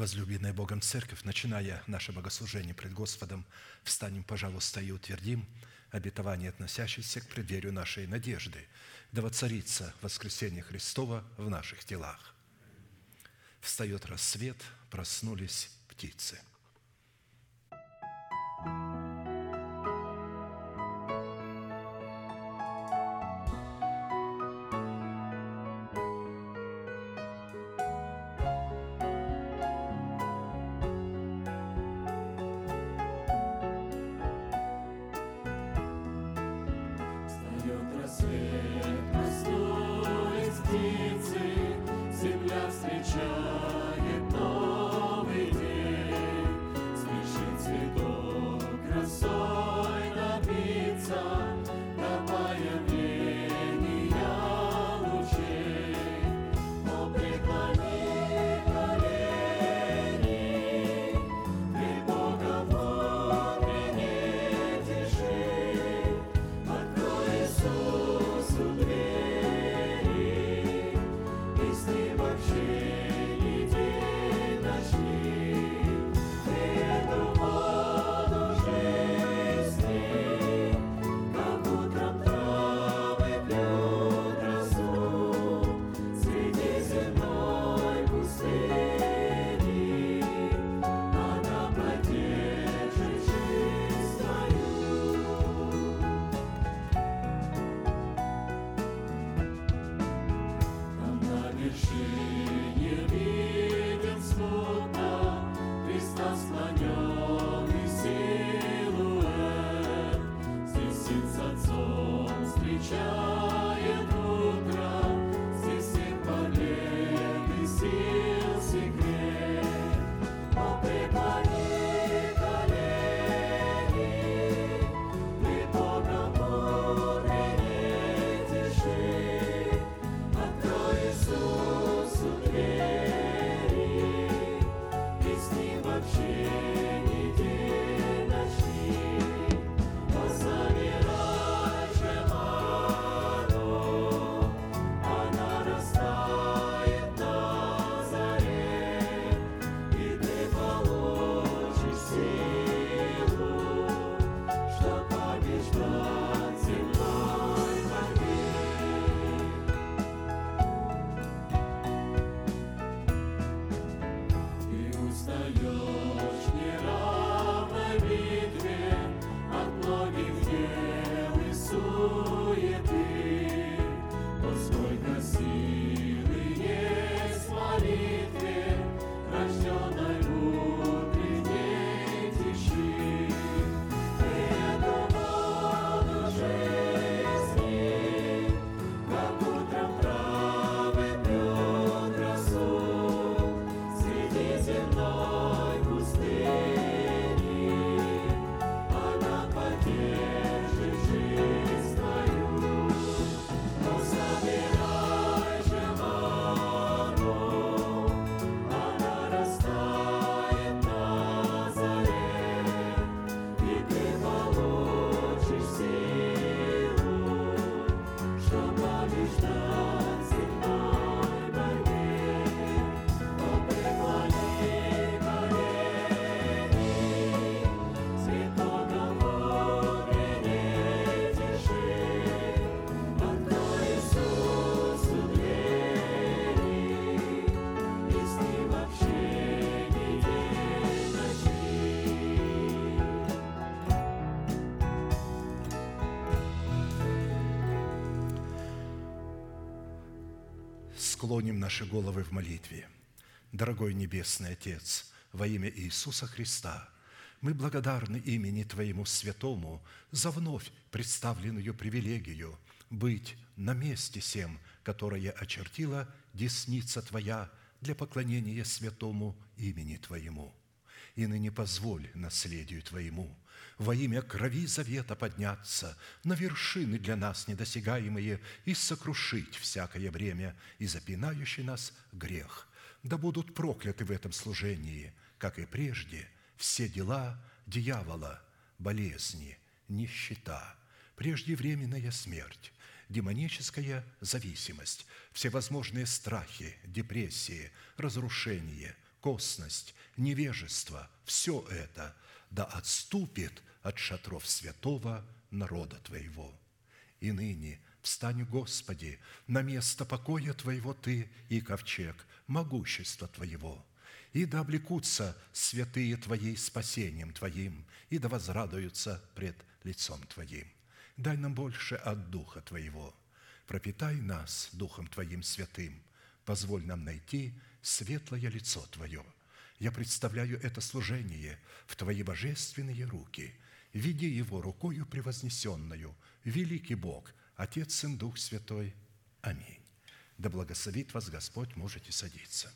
Возлюбленная Богом Церковь, начиная наше богослужение пред Господом, встанем, пожалуйста, и утвердим обетование, относящееся к преддверию нашей надежды, да воцарится воскресение Христова в наших телах. Встает рассвет, проснулись птицы. Склоним наши головы в молитве. Дорогой Небесный Отец, во имя Иисуса Христа, мы благодарны имени Твоему Святому за вновь представленную привилегию быть на месте сем, которое очертила десница Твоя для поклонения святому имени Твоему. И ныне позволь наследию Твоему во имя крови завета подняться на вершины для нас недосягаемые и сокрушить всякое бремя и запинающий нас грех. Да будут прокляты в этом служении, как и прежде, все дела дьявола, болезни, нищета, преждевременная смерть, демоническая зависимость, всевозможные страхи, депрессии, разрушение, косность, невежество, все это да отступит от шатров святого народа Твоего. И ныне встань, Господи, на место покоя Твоего Ты и ковчег могущества Твоего, и да облекутся святые Твои спасением Твоим, и да возрадуются пред лицом Твоим. Дай нам больше от Духа Твоего, пропитай нас Духом Твоим святым, позволь нам найти светлое лицо Твое. Я представляю это служение в Твои божественные руки. Веди его рукою превознесенную, великий Бог, Отец, Сын, Дух Святой. Аминь. Да благословит вас Господь, можете садиться.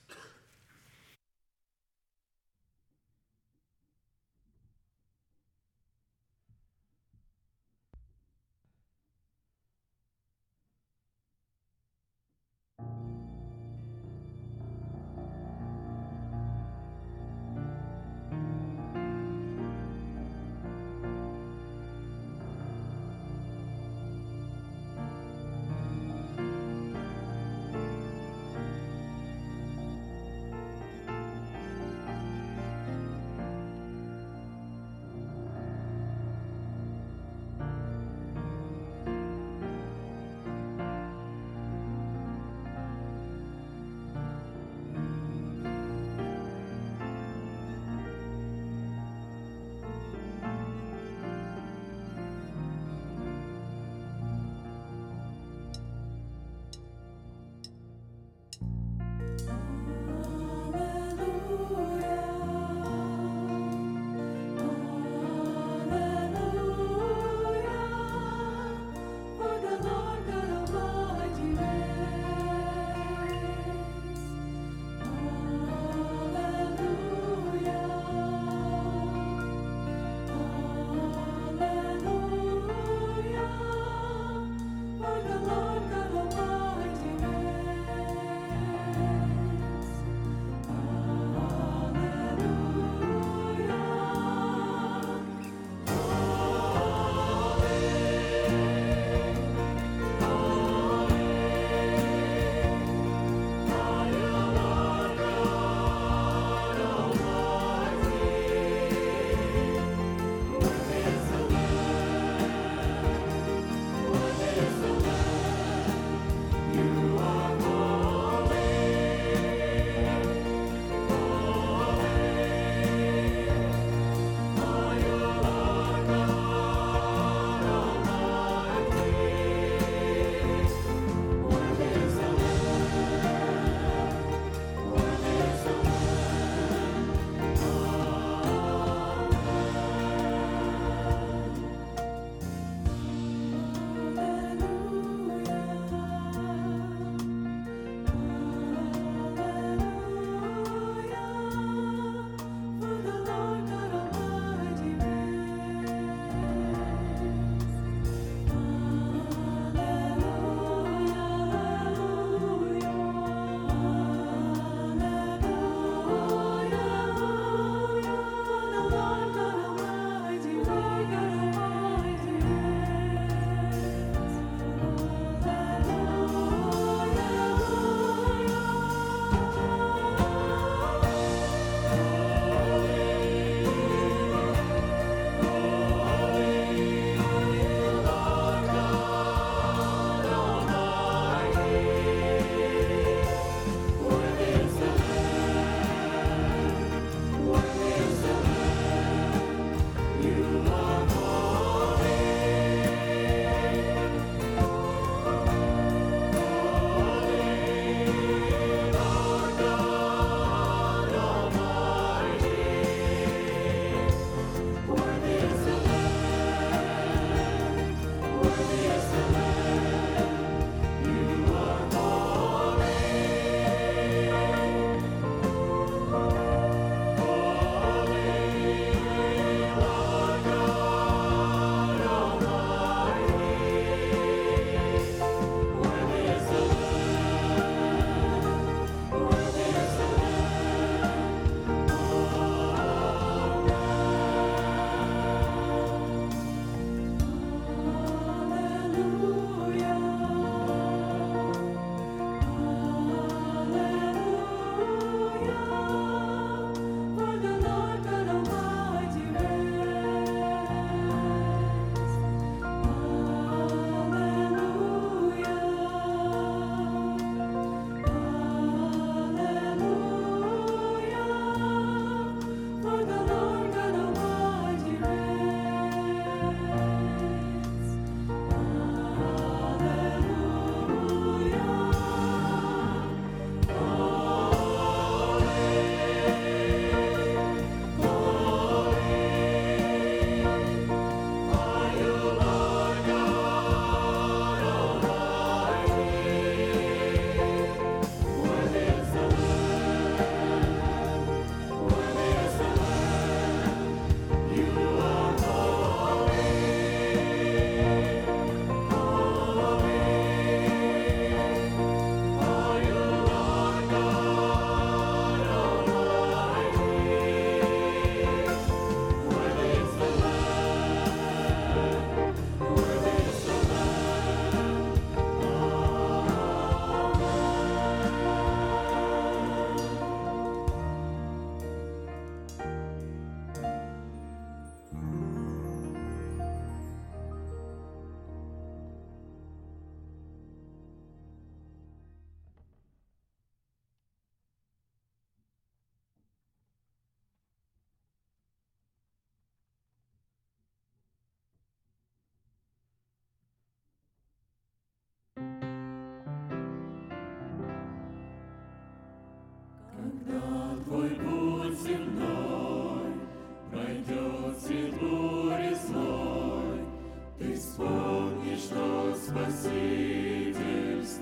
Твой путь земной пройдет все бури злой. Ты вспомни, что Спаситель с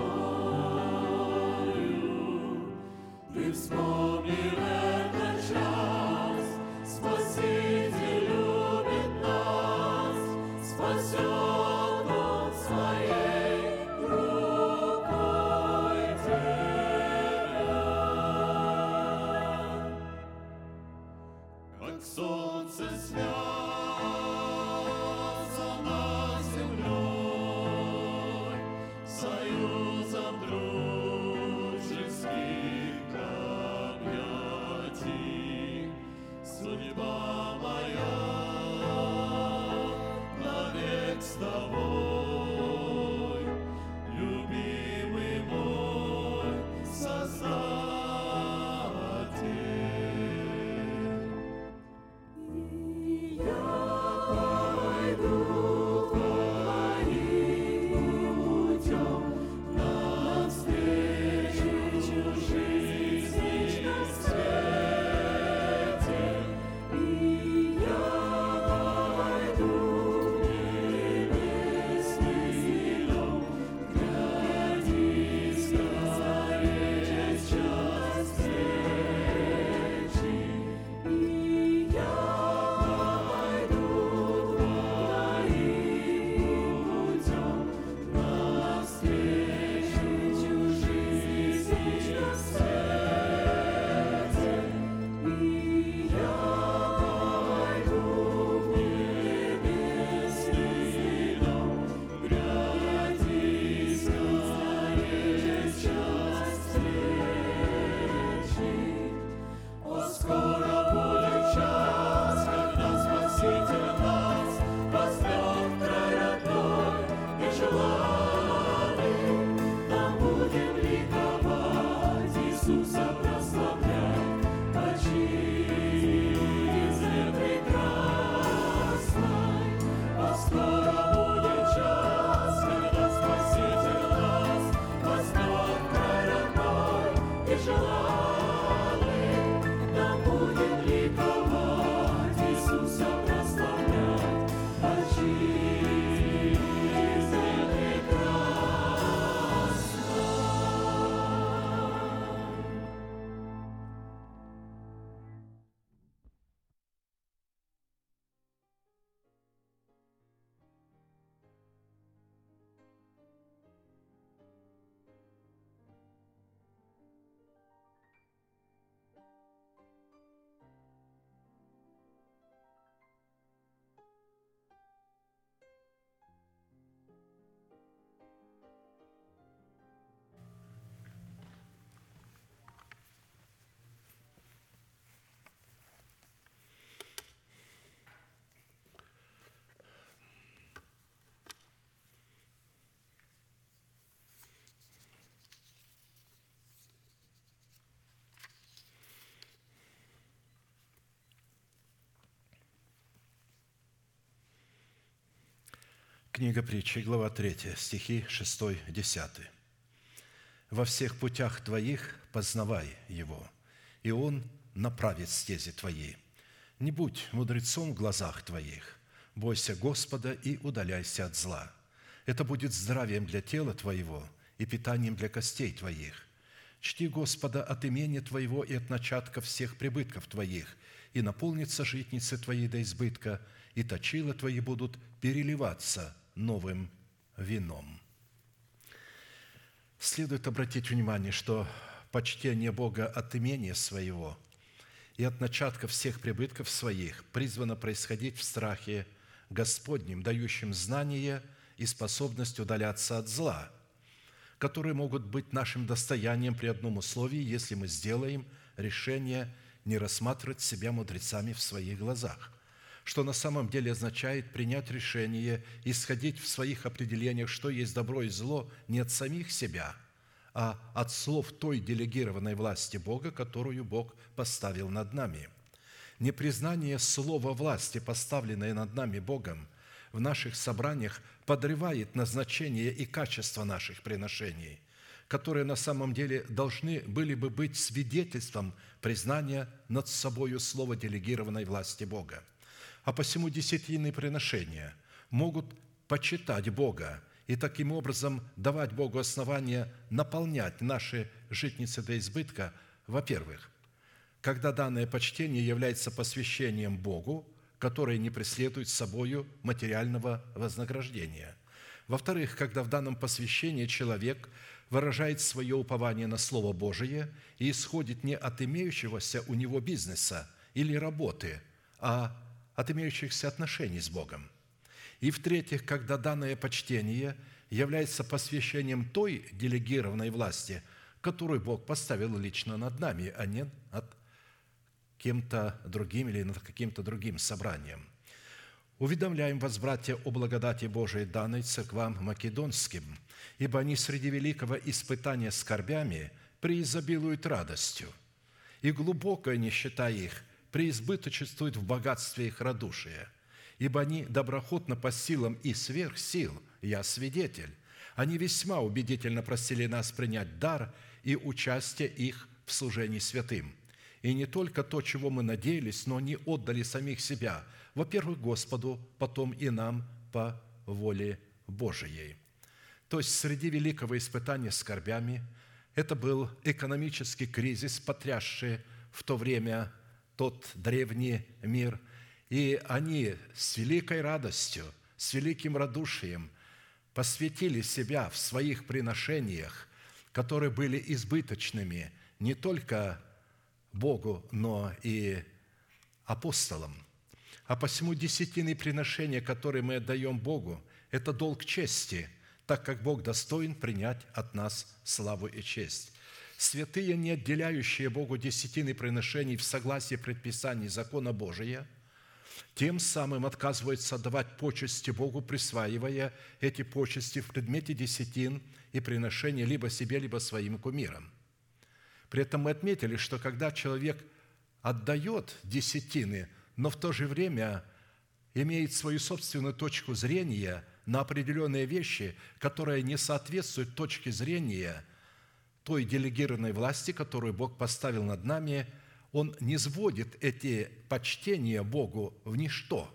тобою. Ты вспомни в этот час, Спаситель любит нас, спасет Он своей рукой тебя. Как солнце связано землей, союзом дружеских объятий, судьба моя навек с тобой, любимый мой Создатель. И я пойду твоим путем навстречу жизни в свете. И я пойду в небесный дом, гряди скорее час встречи. И я пойду твоим путем навстречу жизни в свете. И я пойду в небесный дом, гряди скорее час встречи. О, скоро будет час, когда Спаситель нас возьмет в край родной и желанный. Там будем ликовать, Иисуса прославлять, отчизне прекрасной. О, скоро будет час, когда Спаситель нас возьмет в край родной и желанный. Там будем ликовать, Иисуса прославлять, отчизне прекрасной. Книга Притчи, глава 3, стихи 6-10. «Во всех путях твоих познавай Его, и Он направит стези твои. Не будь мудрецом в глазах твоих, бойся Господа и удаляйся от зла. Это будет здравием для тела твоего и питанием для костей твоих. Чти Господа от имени твоего и от начатка всех прибытков твоих, и наполнится житницы твои до избытка, и точила твои будут переливаться новым вином». Следует обратить внимание, что почтение Бога от имени своего и от начатка всех прибытков своих призвано происходить в страхе Господнем, дающим знание и способность удаляться от зла, которые могут быть нашим достоянием при одном условии, если мы сделаем решение не рассматривать себя мудрецами в своих глазах, что на самом деле означает принять решение исходить в своих определениях, что есть добро и зло, не от самих себя, а от слов той делегированной власти Бога, которую Бог поставил над нами. Непризнание слова власти, поставленной над нами Богом, в наших собраниях подрывает назначение и качество наших приношений. которые на самом деле должны были бы быть свидетельством признания над собою слова делегированной власти Бога. А посему десятинные приношения могут почитать Бога и таким образом давать Богу основания наполнять наши житницы до избытка, во-первых, когда данное почтение является посвящением Богу, которое не преследует собою материального вознаграждения. Во-вторых, когда в данном посвящении человек выражает свое упование на Слово Божие и исходит не от имеющегося у него бизнеса или работы, а от имеющихся отношений с Богом. И в-третьих, когда данное почтение является посвящением той делегированной власти, которую Бог поставил лично над нами, а не над кем-то другим или над каким-то другим собранием. Уведомляем вас, братья, о благодати Божией, данной церквам македонским, ибо они среди великого испытания скорбями преизобилуют радостью, и глубокая нищета их преизбыточествует в богатстве их радушия, ибо они доброхотно по силам и сверх сил, я свидетель. Они весьма убедительно просили нас принять дар и участие их в служении святым. И не только то, чего мы надеялись, но они отдали самих себя, во-первых, Господу, потом и нам по воле Божией. То есть среди великого испытания скорбями это был экономический кризис, потрясший в то время тот древний мир, и они с великой радостью, с великим радушием посвятили себя в своих приношениях, которые были избыточными не только Богу, но и апостолам. А посему десятинные приношения, которые мы отдаем Богу, это долг чести, так как Бог достоин принять от нас славу и честь. Святые, не отделяющие Богу десятины приношений в согласии предписаний закона Божия, тем самым отказываются отдавать почести Богу, присваивая эти почести в предмете десятин и приношений либо себе, либо своим кумирам. При этом мы отметили, что когда человек отдает десятины, но в то же время имеет свою собственную точку зрения на определенные вещи, которые не соответствуют точке зрения той делегированной власти, которую Бог поставил над нами, он не сводит эти почтения Богу в ничто.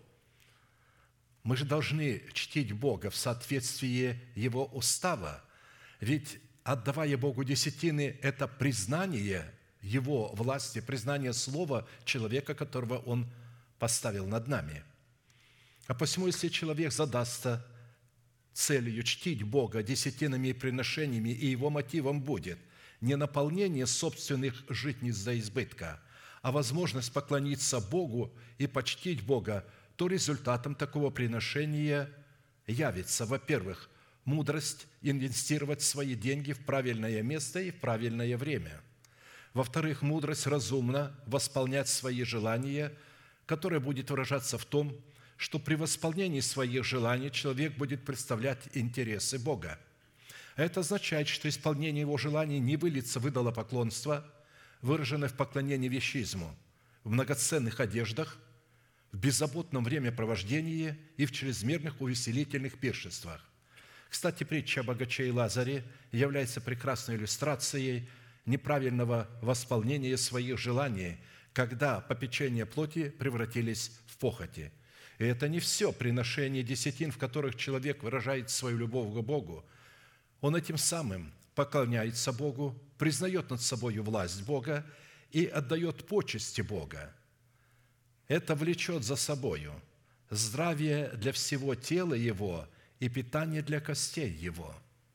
Мы же должны чтить Бога в соответствии Его устава, ведь отдавая Богу десятины, это признание Его власти, признание слова человека, которого Он поставил над нами. А посему, если человек задастся целью чтить Бога десятинами и приношениями, и его мотивом будет не наполнение собственных житниц до избытка, а возможность поклониться Богу и почтить Бога, то результатом такого приношения явится, во-первых, мудрость инвестировать свои деньги в правильное место и в правильное время. Во-вторых, мудрость разумно восполнять свои желания, которое будет выражаться в том, что при восполнении своих желаний человек будет представлять интересы Бога. А это означает, что исполнение его желаний не выльется в идолопоклонство, выраженное в поклонении вещизму, в многоценных одеждах, в беззаботном времяпровождении и в чрезмерных увеселительных пиршествах. Кстати, притча о богаче и Лазаре является прекрасной иллюстрацией неправильного восполнения своих желаний, когда попечения плоти превратились в похоти. И это не все приношение десятин, в которых человек выражает свою любовь к Богу. Он этим самым поклоняется Богу, признает над собой власть Бога и отдает почести Бога. Это влечет за собою здравие для всего тела его и питание для костей его.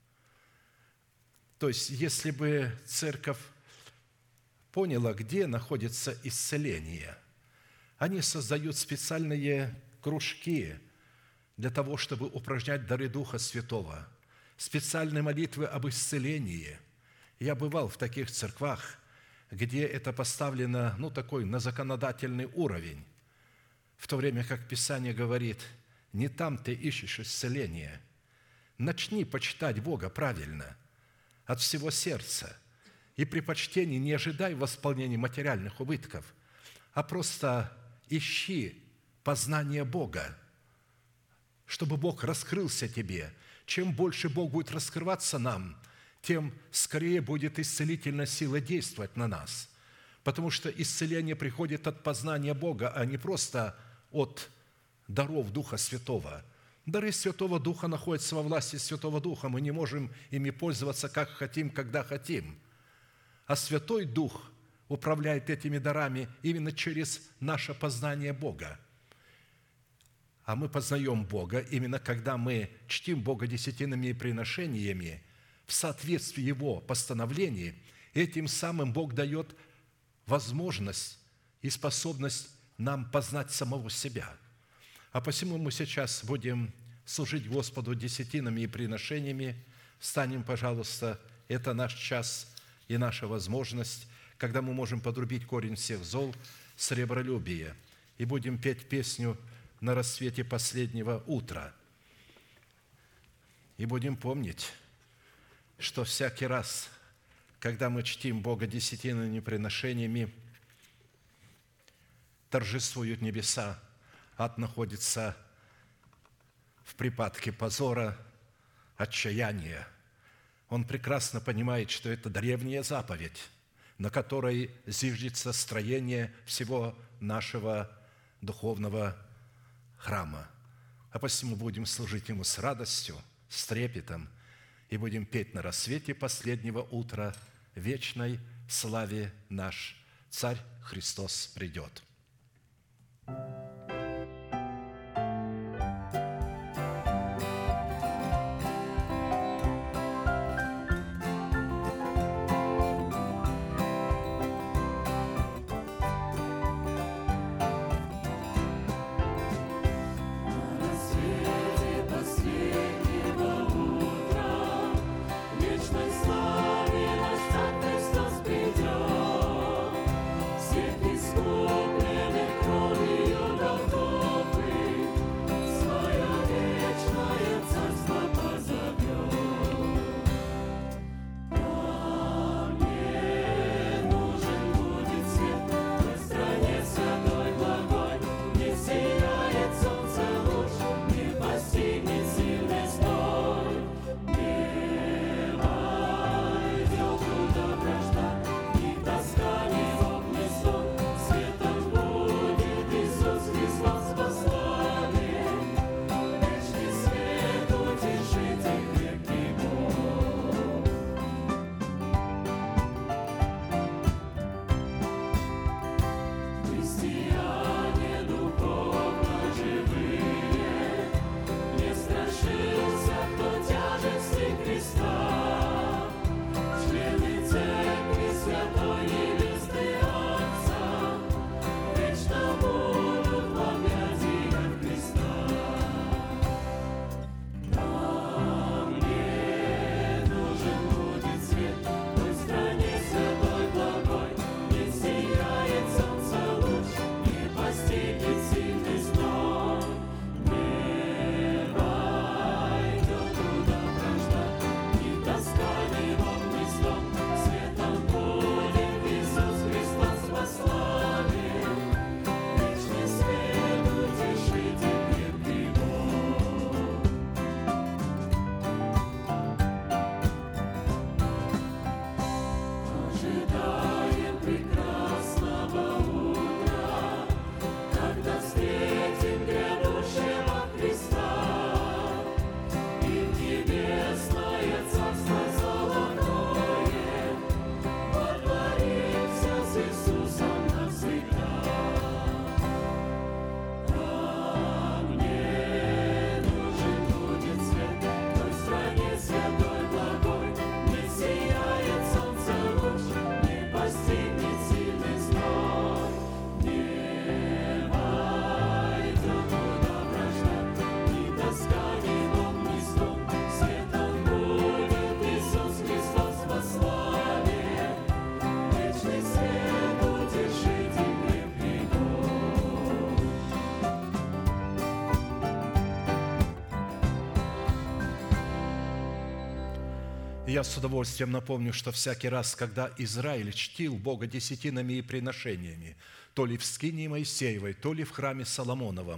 То есть, если бы церковь поняла, где находится исцеление, они создают специальные кружки для того, чтобы упражнять дары Духа Святого, специальные молитвы об исцелении. Я бывал в таких церквах, где это поставлено, на законодательный уровень, в то время как Писание говорит, не там ты ищешь исцеление. Начни почитать Бога правильно, от всего сердца, и при почтении не ожидай восполнения материальных убытков, а просто ищи познание Бога, чтобы Бог раскрылся тебе. Чем больше Бог будет раскрываться нам, тем скорее будет исцелительная сила действовать на нас. Потому что исцеление приходит от познания Бога, а не просто от даров Духа Святого. Дары Святого Духа находятся во власти Святого Духа. Мы не можем ими пользоваться, как хотим, когда хотим. А Святой Дух управляет этими дарами именно через наше познание Бога. А мы познаем Бога именно когда мы чтим Бога десятинными приношениями в соответствии Его постановлений. Этим самым Бог дает возможность и способность нам познать самого себя. А посему мы сейчас будем служить Господу десятинами и приношениями. Встанем, пожалуйста, это наш час и наша возможность, когда мы можем подрубить корень всех зол, сребролюбие, и будем петь песню «На рассвете последнего утра». И будем помнить, что всякий раз, когда мы чтим Бога десятинными приношениями, торжествуют небеса, ад находится в припадке позора, отчаяния. Он прекрасно понимает, что это древняя заповедь, на которой зиждется строение всего нашего духовного храма. А посему будем служить Ему с радостью, с трепетом, и будем петь на рассвете последнего утра вечной славе наш Царь Христос придет. Вечной славе наш Царь Христос придет. Я с удовольствием напомню, что всякий раз, когда Израиль чтил Бога десятинами и приношениями, то ли в скинии Моисеевой, то ли в храме Соломоновом,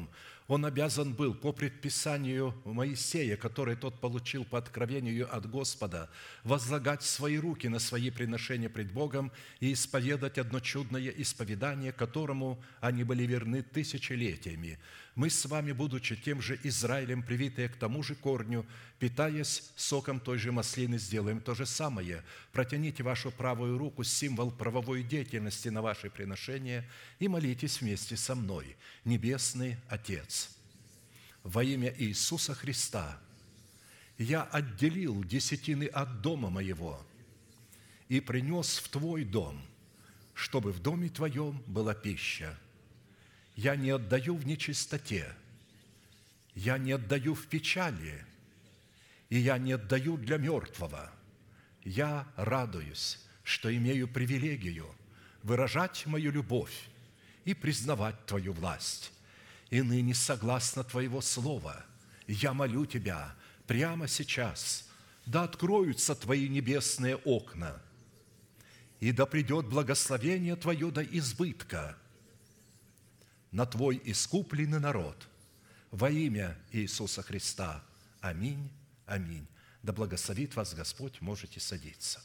Он обязан был по предписанию Моисея, который тот получил по откровению от Господа, возлагать свои руки на свои приношения пред Богом и исповедать одно чудное исповедание, которому они были верны тысячелетиями. Мы с вами, будучи тем же Израилем, привитые к тому же корню, питаясь соком той же маслины, сделаем то же самое. Протяните вашу правую руку, символ правовой деятельности на ваши приношения, и молитесь вместе со мной. Небесный Отец, во имя Иисуса Христа я отделил десятины от дома моего и принес в Твой дом, чтобы в доме Твоем была пища. Я не отдаю в нечистоте, я не отдаю в печали, и я не отдаю для мертвого. Я радуюсь, что имею привилегию выражать мою любовь и признавать Твою власть. И ныне, согласно Твоего слова, я молю Тебя прямо сейчас, да откроются Твои небесные окна, и да придет благословение Твое до избытка на Твой искупленный народ во имя Иисуса Христа. Аминь, аминь. Да благословит вас Господь, можете садиться.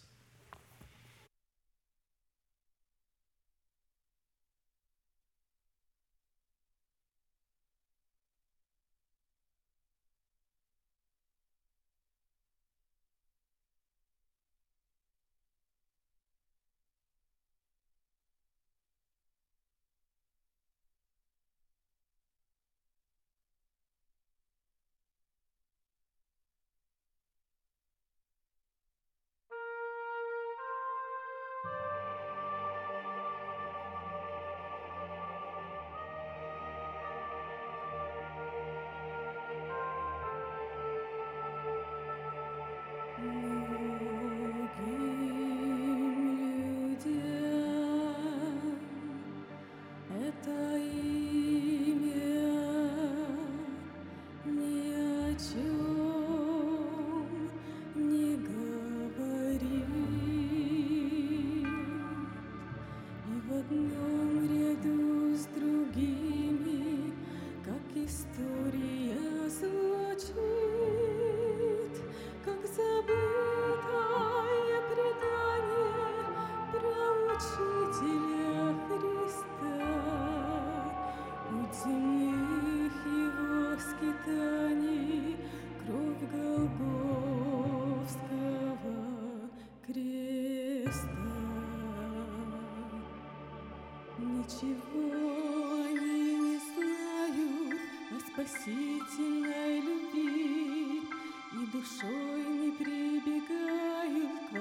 Спасительной любви и душой не прибегают к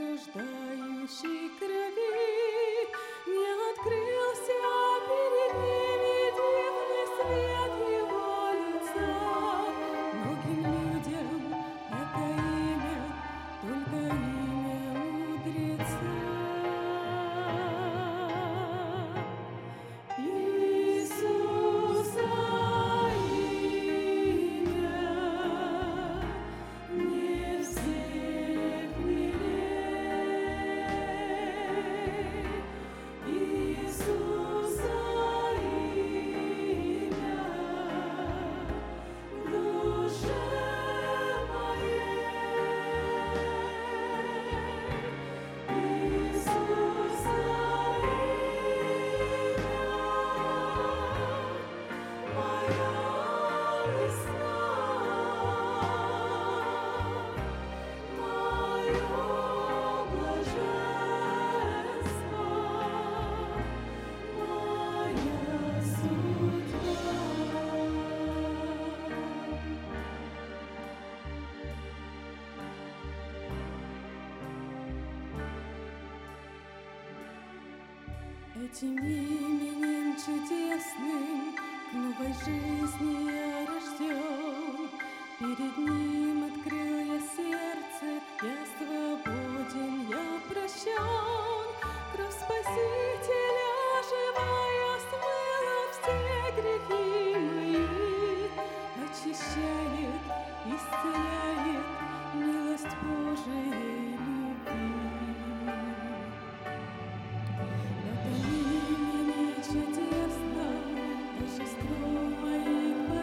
возрождающей крови. Не открылся перед ними дивный свет его лица. Многим людям это имя, только имя мудреца. Иисуса Этим именем чудесным к новой жизни я рожден. Перед ним открыл я сердце, я свободен, я прощен. Кровь Спасителя живая смыла все грехи мои, очищает, исцеляет милость Божией любви. Чудесно, торжество моих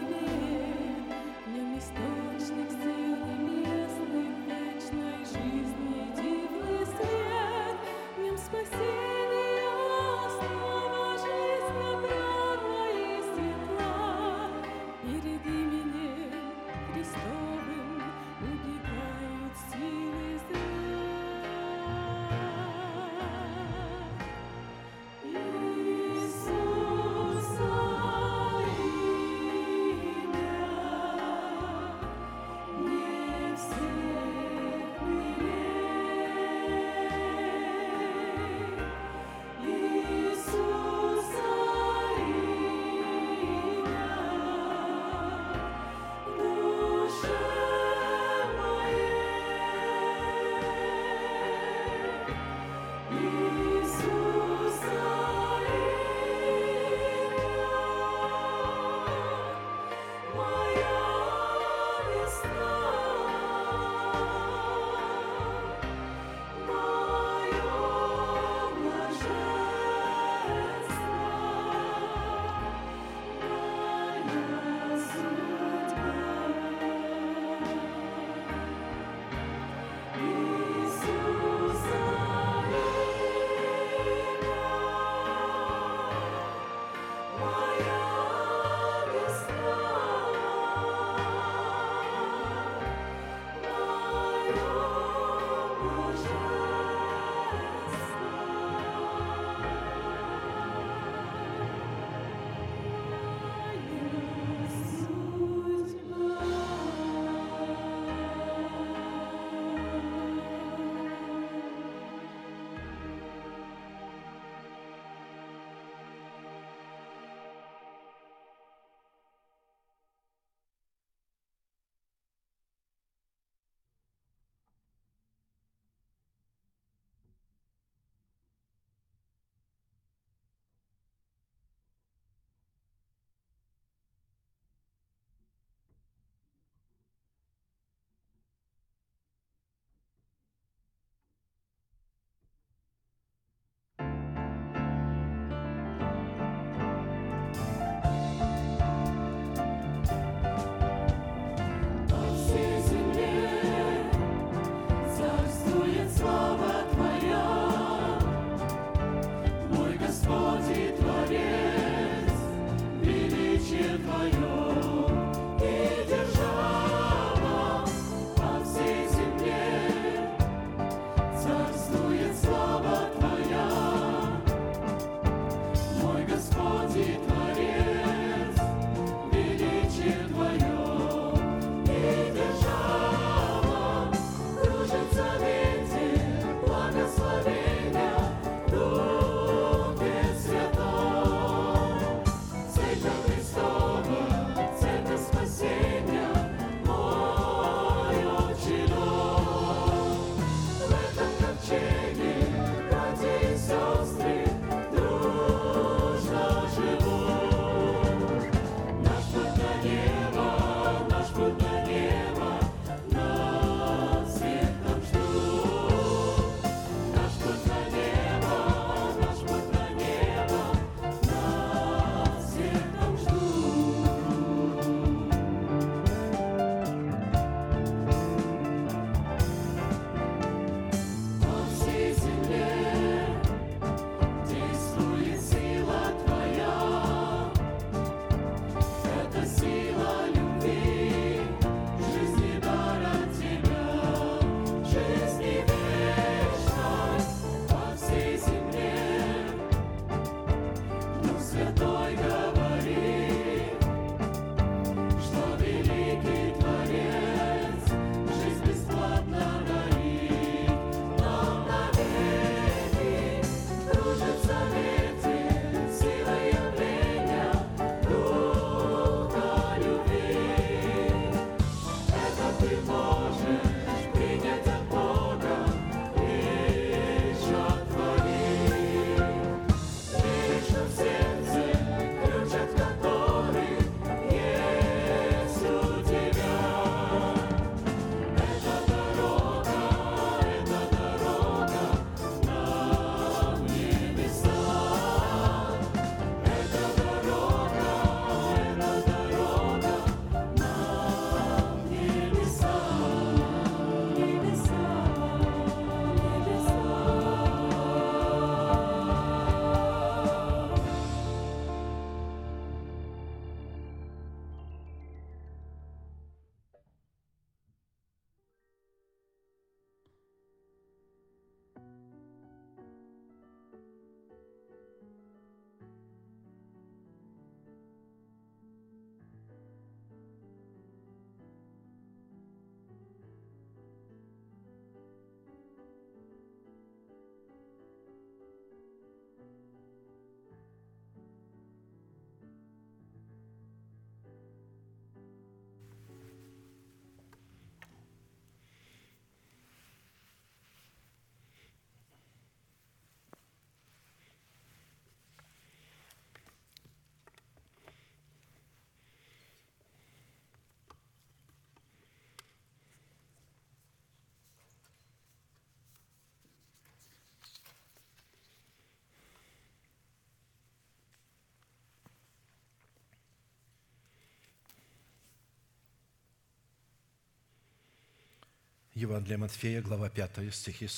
Евангелие Матфея, глава 5, стихи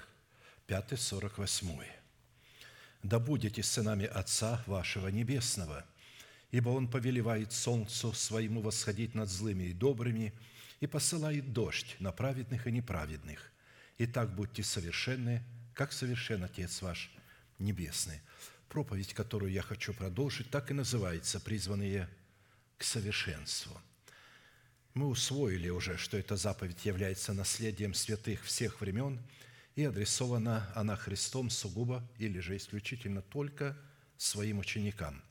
45-48. «Да будете сынами Отца вашего Небесного, ибо Он повелевает солнцу своему восходить над злыми и добрыми и посылает дождь на праведных и неправедных. Итак, будьте совершенны, как совершен Отец ваш Небесный». Проповедь, которую я хочу продолжить, так и называется «Призванные к совершенству». Мы усвоили уже, что эта заповедь является наследием святых всех времен, и адресована она Христом сугубо или же исключительно только своим ученикам.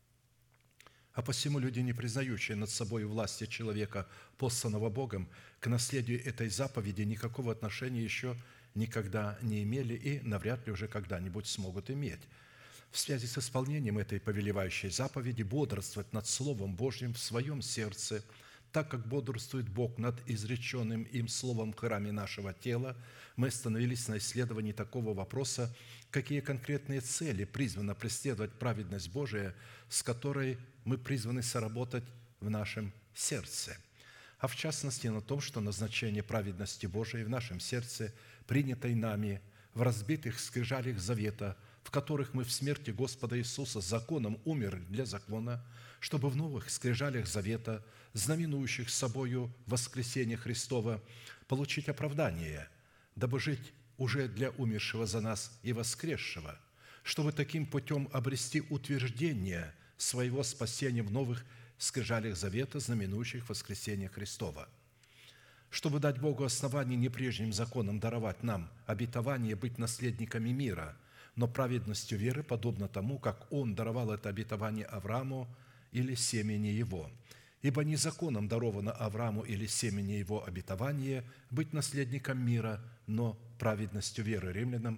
А посему люди, не признающие над собой власти человека, посланного Богом, к наследию этой заповеди никакого отношения еще никогда не имели и навряд ли уже когда-нибудь смогут иметь. В связи с исполнением этой повелевающей заповеди бодрствовать над Словом Божьим в своем сердце, так как бодрствует Бог над изреченным им Словом в храме нашего тела, мы остановились на исследовании такого вопроса, какие конкретные цели призвана преследовать праведность Божия, с которой мы призваны соработать в нашем сердце. А в частности на том, что назначение праведности Божией в нашем сердце, принятой нами в разбитых скрижалях завета, в которых мы в смерти Господа Иисуса законом умерли для закона, чтобы в новых скрижалях завета, знаменующих собою воскресение Христова, получить оправдание, дабы жить уже для умершего за нас и воскресшего, чтобы таким путем обрести утверждение своего спасения в новых скрижалях завета, знаменующих воскресение Христова, чтобы дать Богу основание не прежним законом даровать нам обетование быть наследниками мира, но праведностью веры, подобно тому, как Он даровал это обетование Аврааму или семени его. Ибо не законом даровано Аврааму или семени его обетование быть наследником мира, но праведностью веры». Римлянам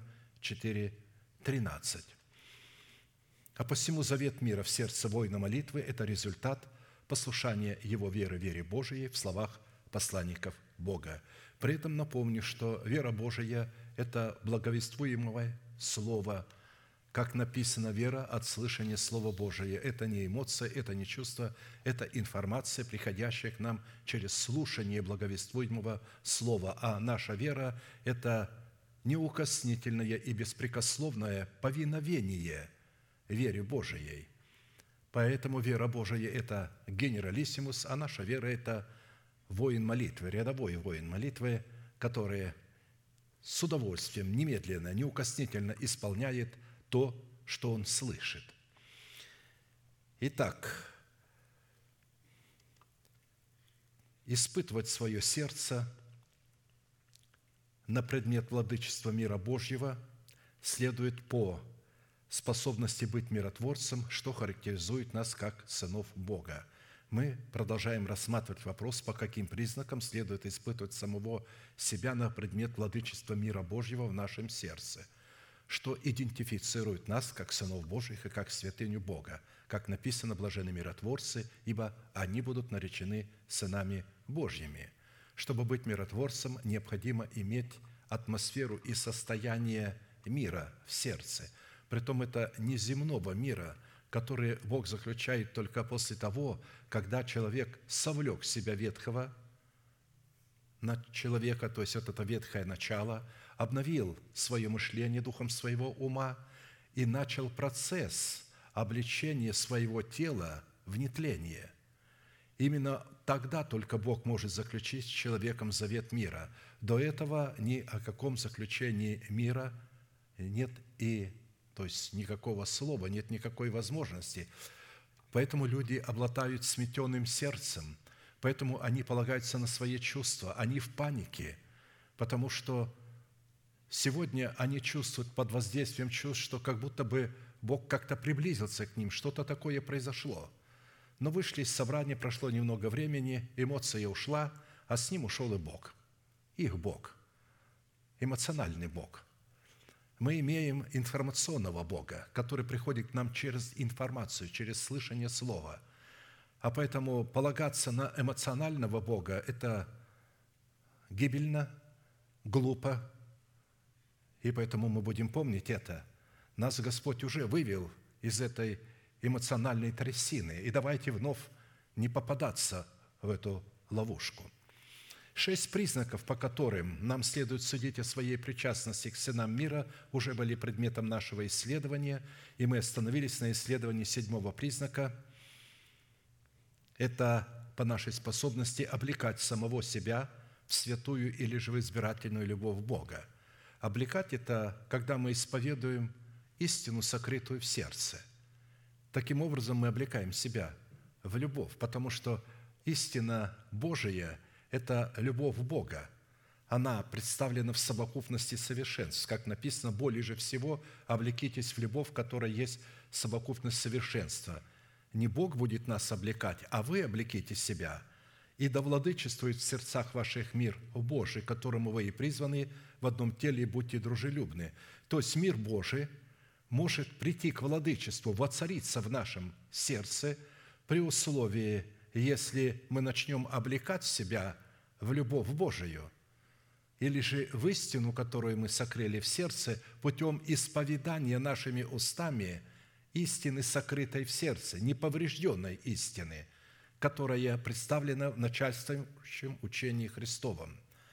4:13. А посему завет мира в сердце воина молитвы – это результат послушания его веры вере Божией в словах посланников Бога. При этом напомню, что вера Божия – это благовествуемое Слово, как написано, вера от слышания Слова Божия. Это не эмоция, это не чувство, это информация, приходящая к нам через слушание благовествуемого Слова. А наша вера – это неукоснительное и беспрекословное повиновение вере Божией. Поэтому вера Божия – это генералиссимус, а наша вера – это воин молитвы, рядовой воин молитвы, который с удовольствием, немедленно, неукоснительно исполняет то, что он слышит. Итак, испытывать свое сердце на предмет владычества мира Божьего следует по способности быть миротворцем, что характеризует нас как сынов Бога. Мы продолжаем рассматривать вопрос, по каким признакам следует испытывать самого себя на предмет владычества мира Божьего в нашем сердце, что идентифицирует нас как сынов Божьих и как святыню Бога, как написано: «Блаженны миротворцы, ибо они будут наречены сынами Божьими». Чтобы быть миротворцем, необходимо иметь атмосферу и состояние мира в сердце. Притом это не земного мира, который Бог заключает только после того, когда человек совлек в себя ветхого человека, то есть вот это ветхое начало, обновил свое мышление духом своего ума и начал процесс облечения своего тела в нетление. Именно тогда только Бог может заключить с человеком завет мира. До этого ни о каком заключении мира нет то есть никакого слова, нет никакой возможности. Поэтому люди обладают сметенным сердцем, поэтому они полагаются на свои чувства, они в панике, потому что сегодня они чувствуют под воздействием чувств, что как будто бы Бог как-то приблизился к ним, что-то такое произошло. Но вышли из собрания, прошло немного времени, эмоция ушла, а с ним ушел и Бог, их Бог, эмоциональный Бог. Мы имеем информационного Бога, который приходит к нам через информацию, через слышание Слова. А поэтому полагаться на эмоционального Бога – это гибельно, глупо, и поэтому мы будем помнить это. Нас Господь уже вывел из этой эмоциональной трясины, и давайте вновь не попадаться в эту ловушку. 6 признаков, по которым нам следует судить о своей причастности к сынам мира, уже были предметом нашего исследования, и мы остановились на исследовании 7 признака. Это по нашей способности облекать самого себя в святую или же в избирательную любовь Бога. Облекать – это когда мы исповедуем истину, сокрытую в сердце. Таким образом мы облекаем себя в любовь, потому что истина Божия – это любовь Бога. Она представлена в совокупности совершенств. Как написано, более же всего облекитесь в любовь, которая есть совокупность совершенства. Не Бог будет нас облекать, а вы облеките себя. И да владычествует в сердцах ваших мир Божий, которому вы и призваны в одном теле, и будьте дружелюбны. То есть мир Божий может прийти к владычеству, воцариться в нашем сердце при условии, если мы начнем облекать себя в любовь Божию, или же в истину, которую мы сокрыли в сердце путем исповедания нашими устами истины, сокрытой в сердце, неповрежденной истины, которая представлена в начальствующем учении Христовом.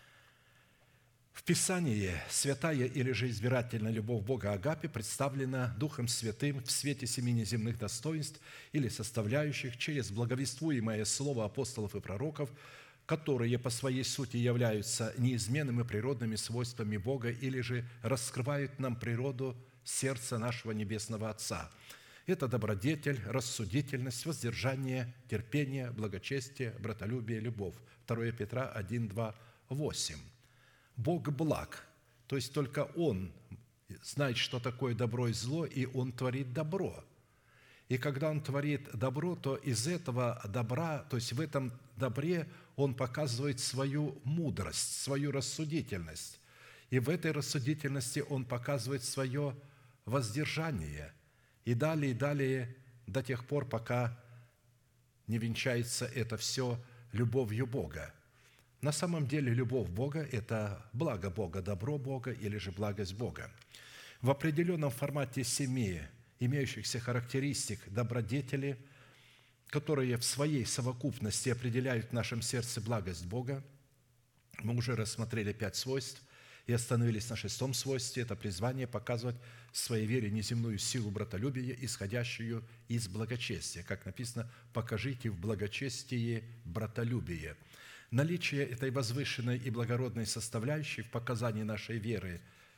В Писании святая или же избирательная любовь Бога Агапе представлена Духом Святым в свете 7 неземных достоинств или составляющих через благовествуемое слово апостолов и пророков, которые по своей сути являются неизменными природными свойствами Бога или же раскрывают нам природу сердца нашего Небесного Отца. Это добродетель, рассудительность, воздержание, терпение, благочестие, братолюбие, любовь. 2 Петра 1, 2, 8. Бог благ, то есть только Он знает, что такое добро и зло, и Он творит добро. И когда Он творит добро, то из этого добра, то есть в этом добре Он показывает свою мудрость, свою рассудительность. И в этой рассудительности Он показывает свое воздержание. И далее, до тех пор, пока не венчается это все любовью Бога. На самом деле любовь Бога – это благо Бога, добро Бога или же благость Бога. В определенном формате 7 имеющихся характеристик добродетели, которые в своей совокупности определяют в нашем сердце благость Бога, мы уже рассмотрели 5 свойств и остановились на 6 свойстве – это призвание показывать в своей вере неземную силу братолюбия, исходящую из благочестия. Как написано, «покажите в благочестии братолюбие». Наличие этой возвышенной и благородной составляющей в показании нашей веры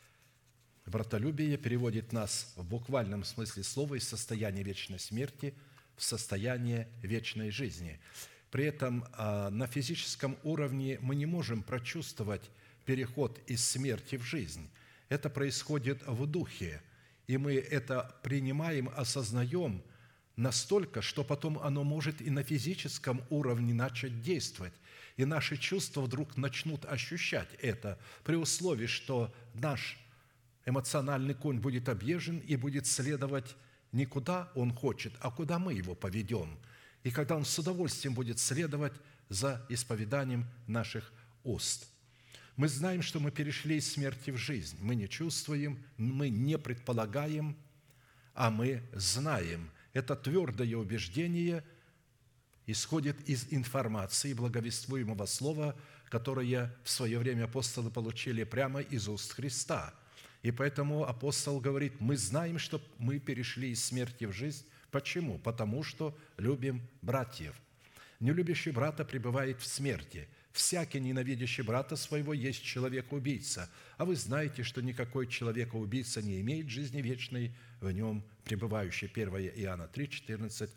братолюбие переводит нас в буквальном смысле слова из состояния вечной смерти в состояние вечной жизни. При этом на физическом уровне мы не можем прочувствовать переход из смерти в жизнь. Это происходит в духе, и мы это принимаем, осознаем настолько, что потом оно может и на физическом уровне начать действовать. И наши чувства вдруг начнут ощущать это, при условии, что наш эмоциональный конь будет объезжен и будет следовать не куда он хочет, а куда мы его поведем. И когда он с удовольствием будет следовать за исповеданием наших уст. Мы знаем, что мы перешли из смерти в жизнь. Мы не чувствуем, мы не предполагаем, а мы знаем. Это твердое убеждение исходит из информации благовествуемого слова, которое в свое время апостолы получили прямо из уст Христа. И поэтому апостол говорит, мы знаем, что мы перешли из смерти в жизнь. Почему? Потому что любим братьев. Нелюбящий брата пребывает в смерти. Всякий, ненавидящий брата своего, есть человек-убийца. А вы знаете, что никакой человека-убийца не имеет жизни вечной в нем пребывающей. 1 Иоанна 3, 14,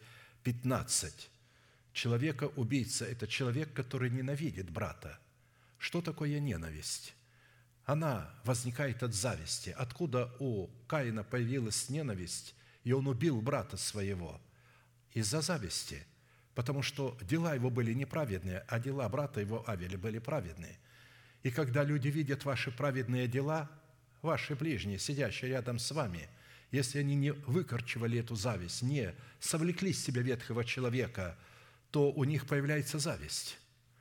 15. Человека-убийца – это человек, который ненавидит брата. Что такое ненависть? Она возникает от зависти. Откуда у Каина появилась ненависть, и он убил брата своего? Из-за зависти. Потому что дела его были неправедные, а дела брата его Авеля были праведные. И когда люди видят ваши праведные дела, ваши ближние, сидящие рядом с вами, если они не выкорчевали эту зависть, не совлекли с себя ветхого человека, то у них появляется зависть.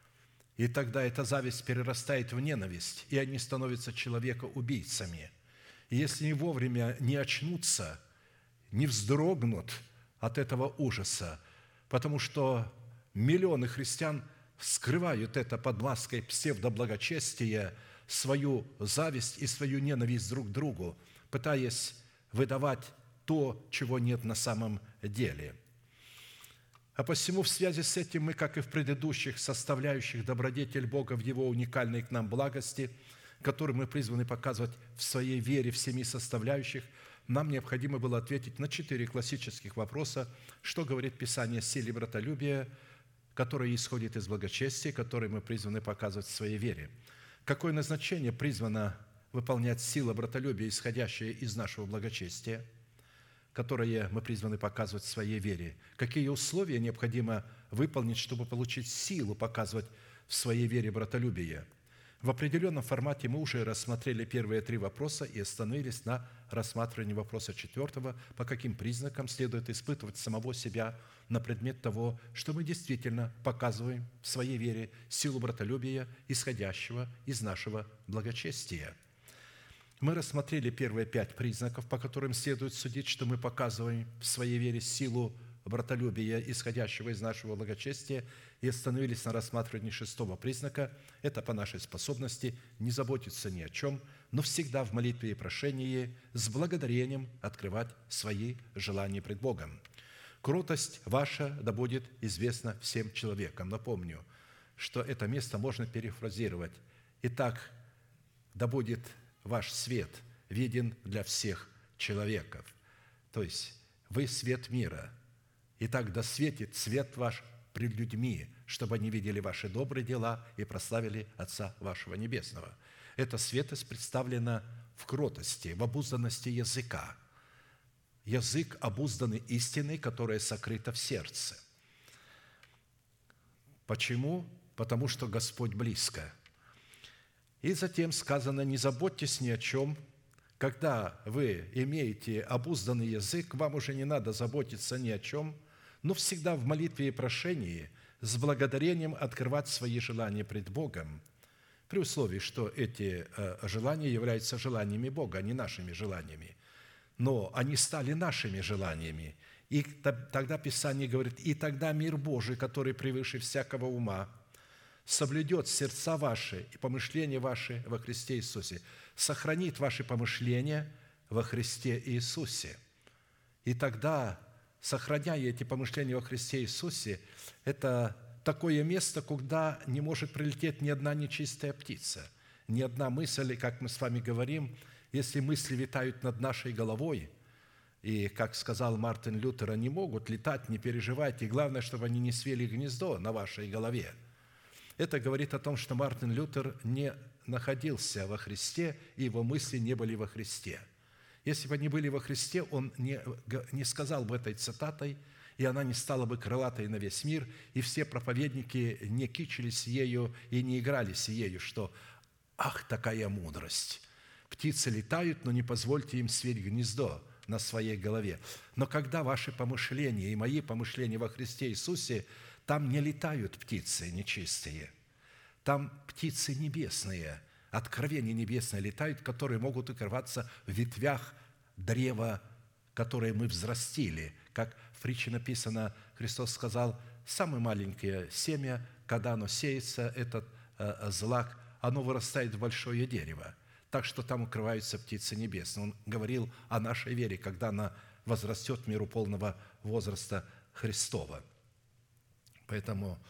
И тогда эта зависть перерастает в ненависть, и они становятся человека-убийцами. И если не вовремя не очнутся, не вздрогнут от этого ужаса, потому что миллионы христиан скрывают это под маской псевдоблагочестия, свою зависть и свою ненависть друг к другу, пытаясь выдавать то, чего нет на самом деле. А посему в связи с этим мы, как и в предыдущих составляющих добродетель Бога в Его уникальной к нам благости, которую мы призваны показывать в своей вере в 7 составляющих, нам необходимо было ответить на 4 классических вопроса, что говорит Писание о силе братолюбия, которое исходит из благочестия, которое мы призваны показывать в своей вере. Какое назначение призвано выполнять сила братолюбия, исходящая из нашего благочестия, которое мы призваны показывать в своей вере? Какие условия необходимо выполнить, чтобы получить силу показывать в своей вере братолюбие? В определенном формате мы уже рассмотрели первые 3 вопроса и остановились на рассматривании вопроса 4, по каким признакам следует испытывать самого себя на предмет того, что мы действительно показываем в своей вере силу братолюбия, исходящего из нашего благочестия. Мы рассмотрели первые 5 признаков, по которым следует судить, что мы показываем в своей вере силу братолюбия, исходящего из нашего благочестия, и остановились на рассматривании 6 признака. Это по нашей способности не заботиться ни о чем, но всегда в молитве и прошении с благодарением открывать свои желания пред Богом. «Кротость ваша да будет известна всем человекам». Напомню, что это место можно перефразировать. «Итак, да будет ваш свет виден для всех человеков». То есть вы свет мира. «Итак, да светит свет ваш пред людьми, чтобы они видели ваши добрые дела и прославили Отца вашего Небесного». Эта светость представлена в кротости, в обузданности языка. Язык обузданный истиной, которая сокрыта в сердце. Почему? Потому что Господь близко. И затем сказано: «Не заботьтесь ни о чем». Когда вы имеете обузданный язык, вам уже не надо заботиться ни о чем, но всегда в молитве и прошении с благодарением открывать свои желания пред Богом, при условии, что эти желания являются желаниями Бога, а не нашими желаниями. Но они стали нашими желаниями. И тогда Писание говорит: «И тогда мир Божий, который превыше всякого ума, соблюдет сердца ваши и помышления ваши во Христе Иисусе». Сохранит ваши помышления во Христе Иисусе. И тогда, сохраняя эти помышления во Христе Иисусе, это такое место, куда не может прилететь ни одна нечистая птица, ни одна мысль, как мы с вами говорим, если мысли витают над нашей головой, и, как сказал Мартин Лютер, они могут летать, не переживайте, главное, чтобы они не свели гнездо на вашей голове. Это говорит о том, что Мартин Лютер не находился во Христе, и его мысли не были во Христе. Если бы они были во Христе, он не сказал бы этой цитатой, и она не стала бы крылатой на весь мир, и все проповедники не кичились ею и не игрались ею, что «ах, такая мудрость! Птицы летают, но не позвольте им свить гнездо на своей голове». Но когда ваши помышления и мои помышления во Христе Иисусе, там не летают птицы нечистые, там птицы небесные, откровения небесные летают, которые могут укрываться в ветвях древа, которое мы взрастили. Как в притче написано, Христос сказал: самое маленькое семя, когда оно сеется, этот злак, оно вырастает в большое дерево. Так что там укрываются птицы небесные. Он говорил о нашей вере, когда она возрастет в меру полного возраста Христова. Поэтому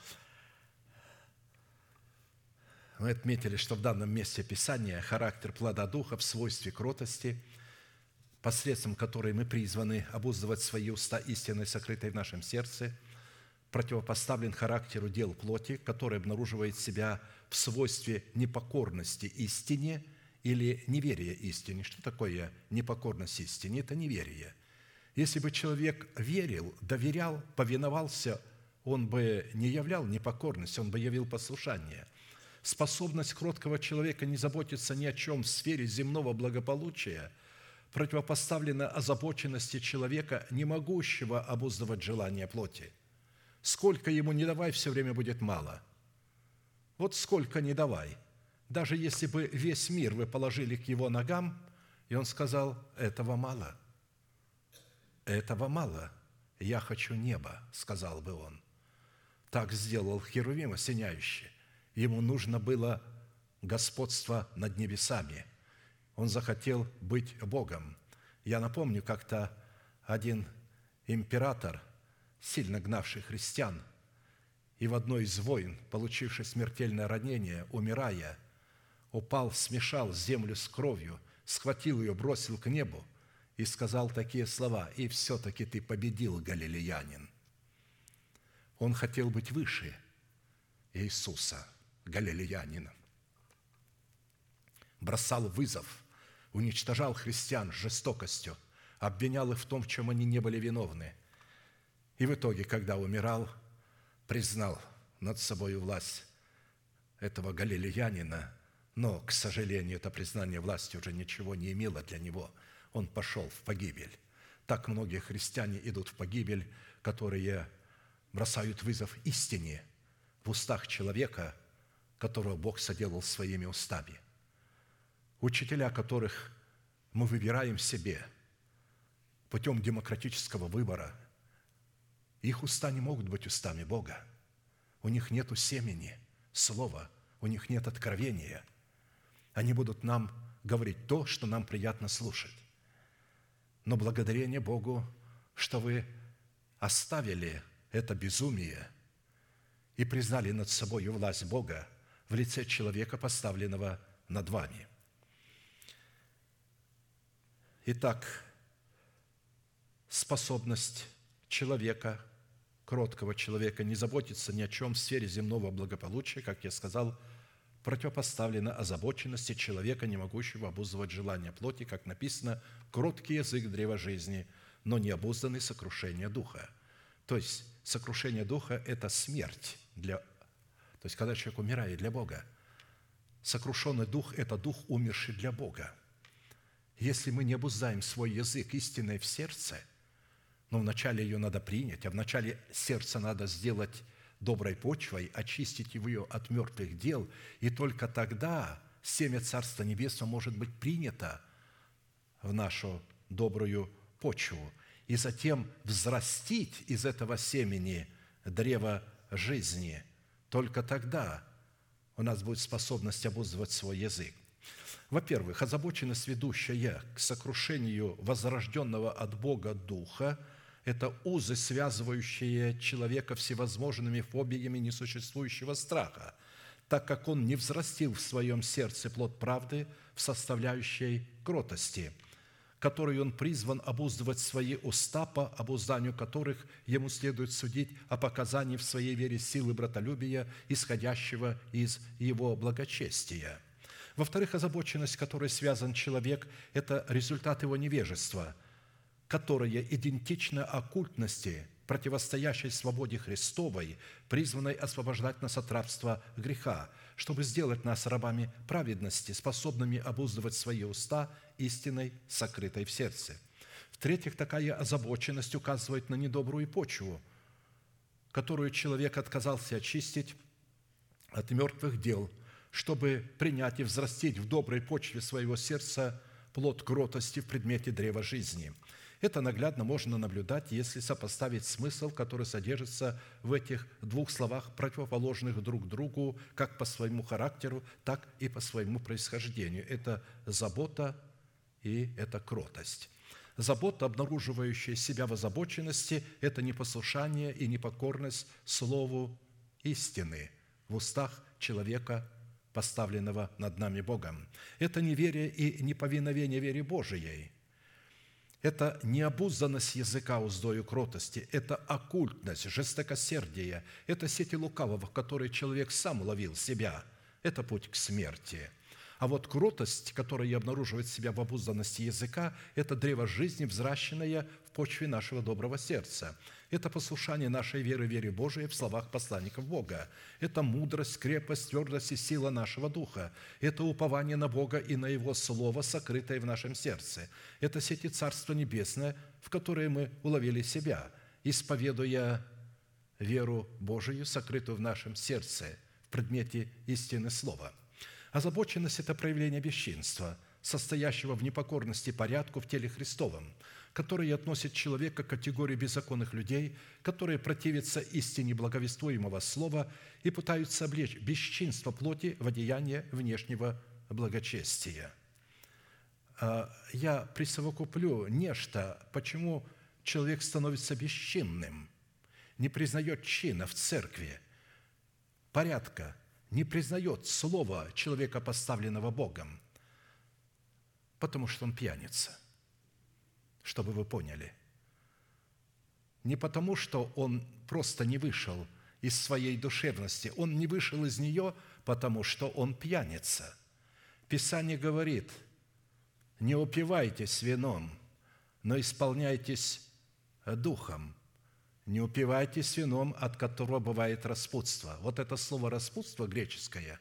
мы отметили, что в данном месте Писания характер плода Духа в свойстве кротости, посредством которой мы призваны обуздывать свои уста истиной, сокрытой в нашем сердце, противопоставлен характеру дел плоти, который обнаруживает себя в свойстве непокорности истине или неверия истине. Что такое непокорность истине? Это неверие. Если бы человек верил, доверял, повиновался, он бы не являл непокорность, он бы явил послушание. Способность кроткого человека не заботиться ни о чем в сфере земного благополучия противопоставлена озабоченности человека, не могущего обуздывать желания плоти. Сколько ему не давай, все время будет мало. Вот сколько не давай. Даже если бы весь мир вы положили к его ногам, и он сказал: этого мало. Этого мало. Я хочу неба, сказал бы он. так сделал Херувим осеняющий. Ему нужно было господство над небесами. Он захотел быть Богом. Я напомню, как-то один император, сильно гнавший христиан, и в одной из войн, получивший смертельное ранение, умирая, упал, смешал землю с кровью, схватил ее, бросил к небу и сказал такие слова: «И все-таки ты победил, галилеянин». Он хотел быть выше Иисуса, галилеянина. Бросал вызов, уничтожал христиан жестокостью, обвинял их в том, в чем они не были виновны. И в итоге, когда умирал, признал над собой власть этого галилеянина, но, к сожалению, это признание власти уже ничего не имело для него. Он пошел в погибель. Так многие христиане идут в погибель, которые бросают вызов истине в устах человека, которого Бог соделал своими устами. Учителя, которых мы выбираем себе путем демократического выбора, их уста не могут быть устами Бога. У них нет семени, слова, у них нет откровения. Они будут нам говорить то, что нам приятно слушать. Но благодарение Богу, что вы оставили это безумие и признали над собой власть Бога в лице человека, поставленного над вами. Итак, способность человека, кроткого человека, не заботиться ни о чем в сфере земного благополучия, как я сказал, противопоставлена озабоченности человека, не могущего обуздывать желания плоти, как написано: «Кроткий язык древа жизни, но не обузданный сокрушение духа». То есть, сокрушение духа – это смерть то есть, когда человек умирает для Бога. Сокрушенный дух – это дух, умерший для Бога. Если мы не обуздаем свой язык истиной в сердце, но вначале ее надо принять, а вначале сердце надо сделать доброй почвой, очистить ее от мертвых дел, и только тогда семя Царства Небесного может быть принято в нашу добрую почву, и затем взрастить из этого семени древо жизни. Только тогда у нас будет способность обуздывать свой язык. Во-первых, озабоченность, ведущая к сокрушению возрожденного от Бога Духа, это узы, связывающие человека всевозможными фобиями несуществующего страха, так как он не взрастил в своем сердце плод правды в составляющей кротости, которой он призван обуздывать свои уста, по обузданию которых ему следует судить о показании в своей вере силы братолюбия, исходящего из его благочестия. Во-вторых, озабоченность, с которой связан человек, это результат его невежества, которое идентично оккультности, противостоящей свободе Христовой, призванной освобождать нас от рабства греха, чтобы сделать нас рабами праведности, способными обуздывать свои уста истиной, сокрытой в сердце. В-третьих, такая озабоченность указывает на недобрую почву, которую человек отказался очистить от мертвых дел, чтобы принять и взрастить в доброй почве своего сердца плод кротости в предмете древа жизни. Это наглядно можно наблюдать, если сопоставить смысл, который содержится в этих двух словах, противоположных друг другу как по своему характеру, так и по своему происхождению. Это забота и это кротость. Забота, обнаруживающая себя в озабоченности, это непослушание и непокорность слову истины в устах человека, поставленного над нами Богом. Это неверие и неповиновение вере Божией. Это необузданность языка уздою кротости, это оккультность, жестокосердие, это сети лукавого, в которые человек сам ловил себя. Это путь к смерти. А вот кротость, которая обнаруживает себя в обузданности языка, это древо жизни, взращенное в почве нашего доброго сердца. Это послушание нашей веры, вере Божией в словах посланников Бога. Это мудрость, крепость, твердость и сила нашего духа. Это упование на Бога и на Его Слово, сокрытое в нашем сердце. Это сети Царства Небесное, в которые мы уловили себя, исповедуя веру Божию, сокрытую в нашем сердце, в предмете истины Слова. Озабоченность – это проявление бесчинства, состоящего в непокорности порядку в теле Христовом, которые относят человека к категории беззаконных людей, которые противятся истине благовествуемого слова и пытаются облечь бесчинство плоти в одеяние внешнего благочестия. Я присовокуплю нечто, почему человек становится бесчинным, не признает чина в церкви, порядка, не признает слова человека, поставленного Богом, потому что он пьяница, чтобы вы поняли. Не потому, что он просто не вышел из своей душевности, он не вышел из нее, потому что он пьяница. Писание говорит: не упивайтесь вином, но исполняйтесь духом. Не упивайтесь вином, от которого бывает распутство. Вот это слово «распутство» греческое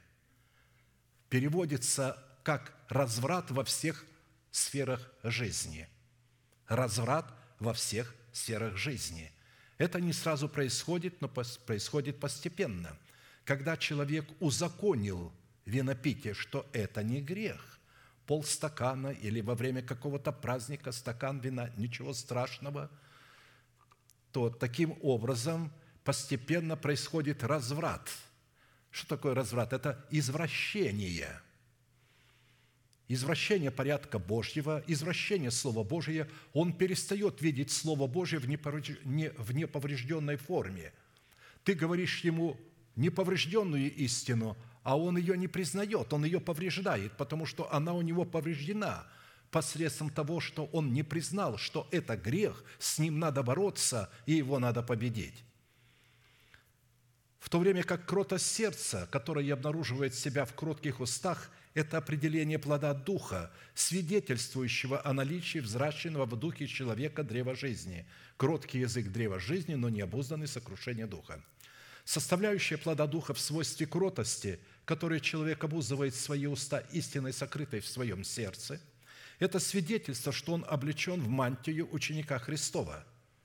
переводится как разврат во всех сферах жизни. Разврат во всех сферах жизни. Это не сразу происходит, но происходит постепенно. Когда человек узаконил винопитие, что это не грех, полстакана или во время какого-то праздника стакан вина, ничего страшного, то таким образом постепенно происходит разврат. Что такое разврат? Это извращение. Извращение порядка Божьего, извращение Слова Божия. Он перестает видеть Слово Божие в неповрежденной форме. Ты говоришь ему неповрежденную истину, а он ее не признает, он ее повреждает, потому что она у него повреждена посредством того, что он не признал, что это грех, с ним надо бороться и его надо победить. В то время как кротость сердца, которое обнаруживает себя в кротких устах, это определение плода Духа, свидетельствующего о наличии взращенного в духе человека древа жизни. Кроткий язык древа жизни, но необузданный сокрушение Духа. Составляющая плода Духа в свойстве кротости, которой человек обуздывает свои уста истиной, сокрытой в своем сердце, это свидетельство, что он облечен в мантию ученика Христова,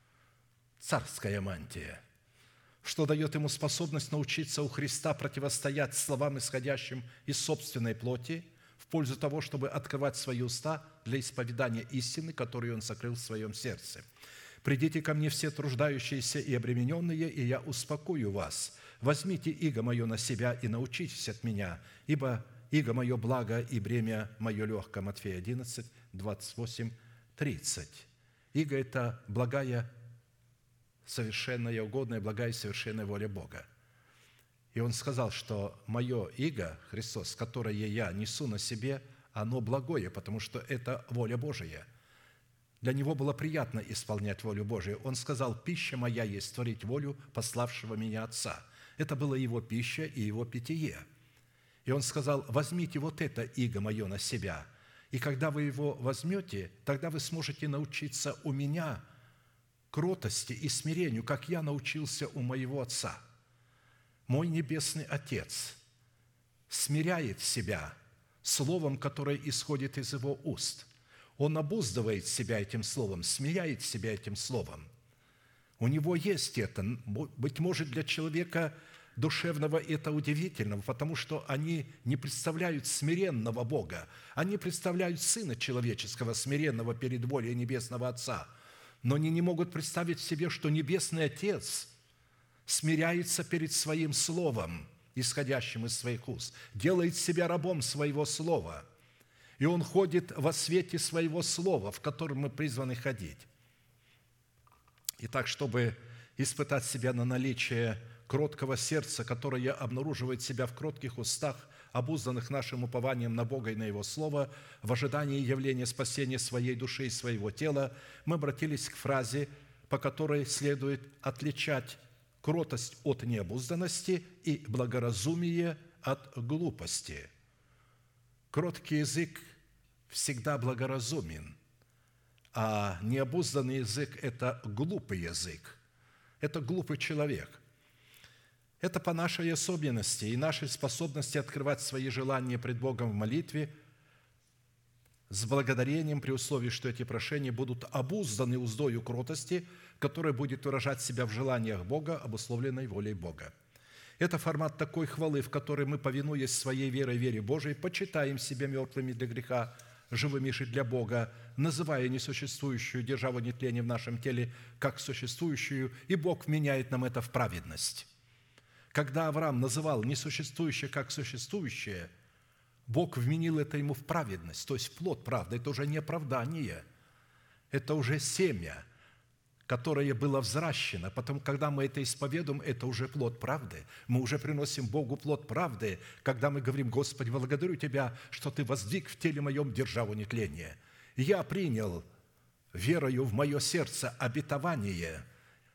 царская мантия, что дает ему способность научиться у Христа противостоять словам, исходящим из собственной плоти, в пользу того, чтобы открывать свои уста для исповедания истины, которую он сокрыл в своем сердце. «Придите ко мне все труждающиеся и обремененные, и я успокою вас. Возьмите иго мое на себя и научитесь от меня, ибо иго мое благо и бремя мое легко». Матфея 11, 28, 30. Иго – это благая, совершенная, угодная, благая и совершенная воля Бога. И Он сказал, что мое иго, Христос, которое я несу на себе, оно благое, потому что это воля Божия. Для Него было приятно исполнять волю Божию. Он сказал: «Пища моя есть творить волю пославшего меня Отца». Это была Его пища и Его питье. И Он сказал: «Возьмите вот это иго мое на себя, и когда вы его возьмете, тогда вы сможете научиться у меня кротости и смирению, как я научился у моего Отца». Мой Небесный Отец смиряет себя словом, которое исходит из Его уст. Он обуздывает себя этим словом, смиряет себя этим словом. У Него есть это. Быть может, для человека душевного это удивительно, потому что они не представляют смиренного Бога. Они представляют Сына Человеческого, смиренного перед волей Небесного Отца. Но они не могут представить себе, что Небесный Отец смиряется перед Своим Словом, исходящим из Своих уст, делает себя рабом Своего Слова, и Он ходит во свете Своего Слова, в котором мы призваны ходить. Итак, чтобы испытать себя на наличие кроткого сердца, которое обнаруживает себя в кротких устах, обузданных нашим упованием на Бога и на Его Слово, в ожидании явления спасения своей души и своего тела, мы обратились к фразе, по которой следует отличать кротость от необузданности и благоразумие от глупости. Кроткий язык всегда благоразумен, а необузданный язык – это глупый язык, это глупый человек. Это по нашей особенности и нашей способности открывать свои желания пред Богом в молитве с благодарением, при условии, что эти прошения будут обузданы уздою кротости, которая будет выражать себя в желаниях Бога, обусловленной волей Бога. Это формат такой хвалы, в которой мы, повинуясь своей верой, вере Божией, почитаем себя мертвыми для греха, живыми жить для Бога, называя несуществующую державу нетления в нашем теле как существующую, и Бог вменяет нам это в праведность. Когда Авраам называл несуществующее как существующее, Бог вменил это ему в праведность, то есть в плод правды. Это уже не оправдание, это уже семя, которое было взращено. Потом, когда мы это исповедуем, это уже плод правды. Мы уже приносим Богу плод правды, когда мы говорим: «Господи, благодарю Тебя, что Ты воздвиг в теле моем державу нетления. Я принял верою в мое сердце обетование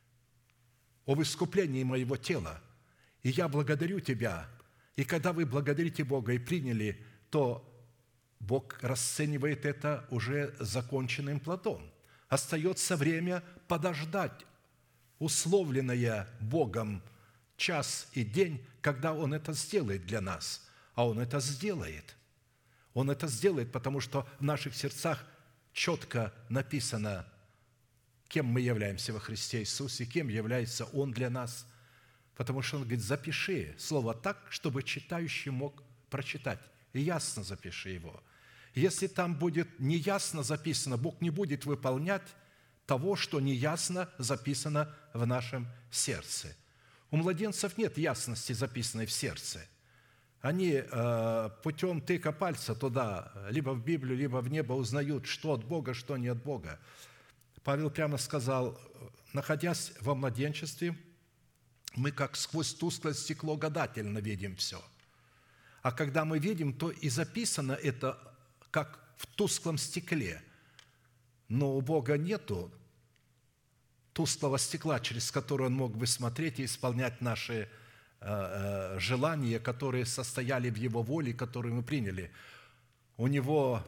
об искуплении моего тела, и я благодарю Тебя». И когда вы благодарите Бога и приняли, то Бог расценивает это уже законченным плодом. Остается время подождать условленное Богом час и день, когда Он это сделает для нас. А Он это сделает. Он это сделает, потому что в наших сердцах четко написано, кем мы являемся во Христе Иисусе, кем является Он для нас. Потому что Он говорит: запиши слово так, чтобы читающий мог прочитать. И ясно запиши его. Если там будет неясно записано, Бог не будет выполнять того, что неясно записано в нашем сердце. У младенцев нет ясности, записанной в сердце. Они путем тыка пальца туда, либо в Библию, либо в небо, узнают, что от Бога, что не от Бога. Павел прямо сказал: находясь во младенчестве, мы как сквозь тусклое стекло гадательно видим все. А когда мы видим, то и записано это как в тусклом стекле. Но у Бога нету тусклого стекла, через которое Он мог бы смотреть и исполнять наши желания, которые состояли в Его воле, которые мы приняли. У Него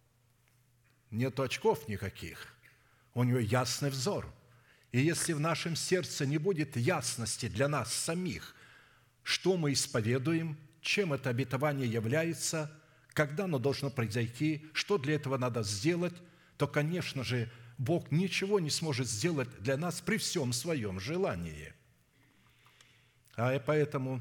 нету очков никаких, у Него ясный взор. И если в нашем сердце не будет ясности для нас самих, что мы исповедуем, чем это обетование является, когда оно должно произойти, что для этого надо сделать, то, конечно же, Бог ничего не сможет сделать для нас при всем своем желании. А поэтому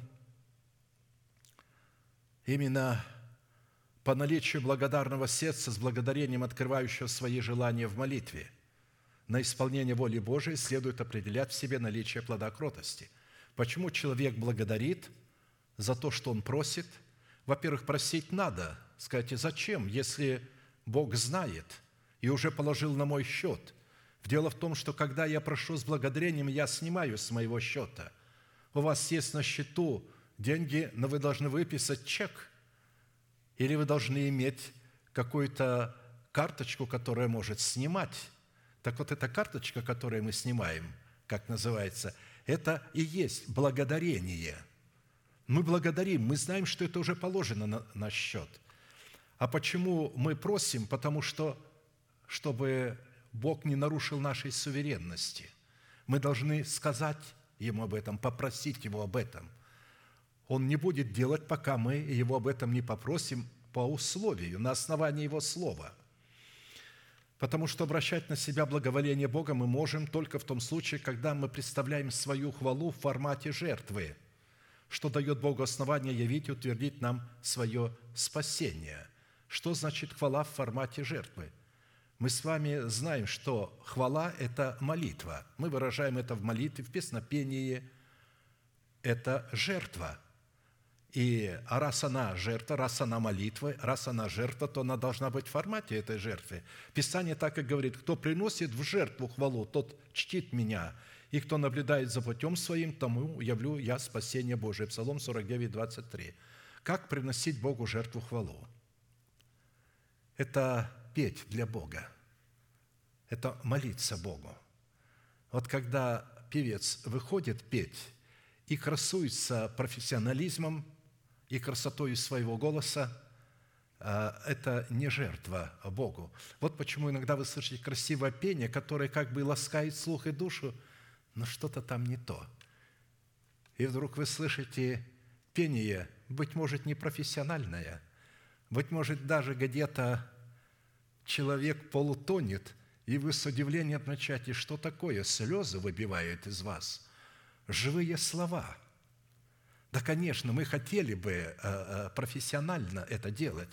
именно по наличию благодарного сердца с благодарением, открывающего свои желания в молитве, на исполнение воли Божией следует определять в себе наличие плода кротости. Почему человек благодарит за то, что он просит? Во-первых, просить надо. Скажите: зачем, если Бог знает и уже положил на мой счет? Дело в том, что когда я прошу с благодарением, я снимаю с моего счета. У вас есть на счету деньги, но вы должны выписать чек, или вы должны иметь какую-то карточку, которая может снимать. Так вот, эта карточка, которую мы снимаем, как называется, это и есть благодарение. Мы благодарим, мы знаем, что это уже положено на наш счет. А почему мы просим? Потому что, чтобы Бог не нарушил нашей суверенности, мы должны сказать Ему об этом, попросить Его об этом. Он не будет делать, пока мы Его об этом не попросим по условию, на основании Его Слова. Потому что обращать на себя благоволение Бога мы можем только в том случае, когда мы представляем свою хвалу в формате жертвы, что дает Богу основание явить и утвердить нам свое спасение. Что значит хвала в формате жертвы? Мы с вами знаем, что хвала – это молитва. Мы выражаем это в молитве, в песнопении. Это жертва. А раз она жертва, раз она молитва, раз она жертва, то она должна быть в формате этой жертвы. Писание так и говорит: кто приносит в жертву хвалу, тот чтит меня, и кто наблюдает за путем своим, тому явлю я спасение Божие. Псалом 49, 23. Как приносить Богу жертву хвалу? Это петь для Бога. Это молиться Богу. Вот когда певец выходит петь и красуется профессионализмом и красотой своего голоса, это не жертва Богу. Вот почему иногда вы слышите красивое пение, которое как бы ласкает слух и душу, но что-то там не то. И вдруг вы слышите пение, быть может, непрофессиональное, быть может, даже где-то человек полутонет, и вы с удивлением отмечаете, что такое, слезы выбивают из вас, живые слова. Да, конечно, мы хотели бы профессионально это делать.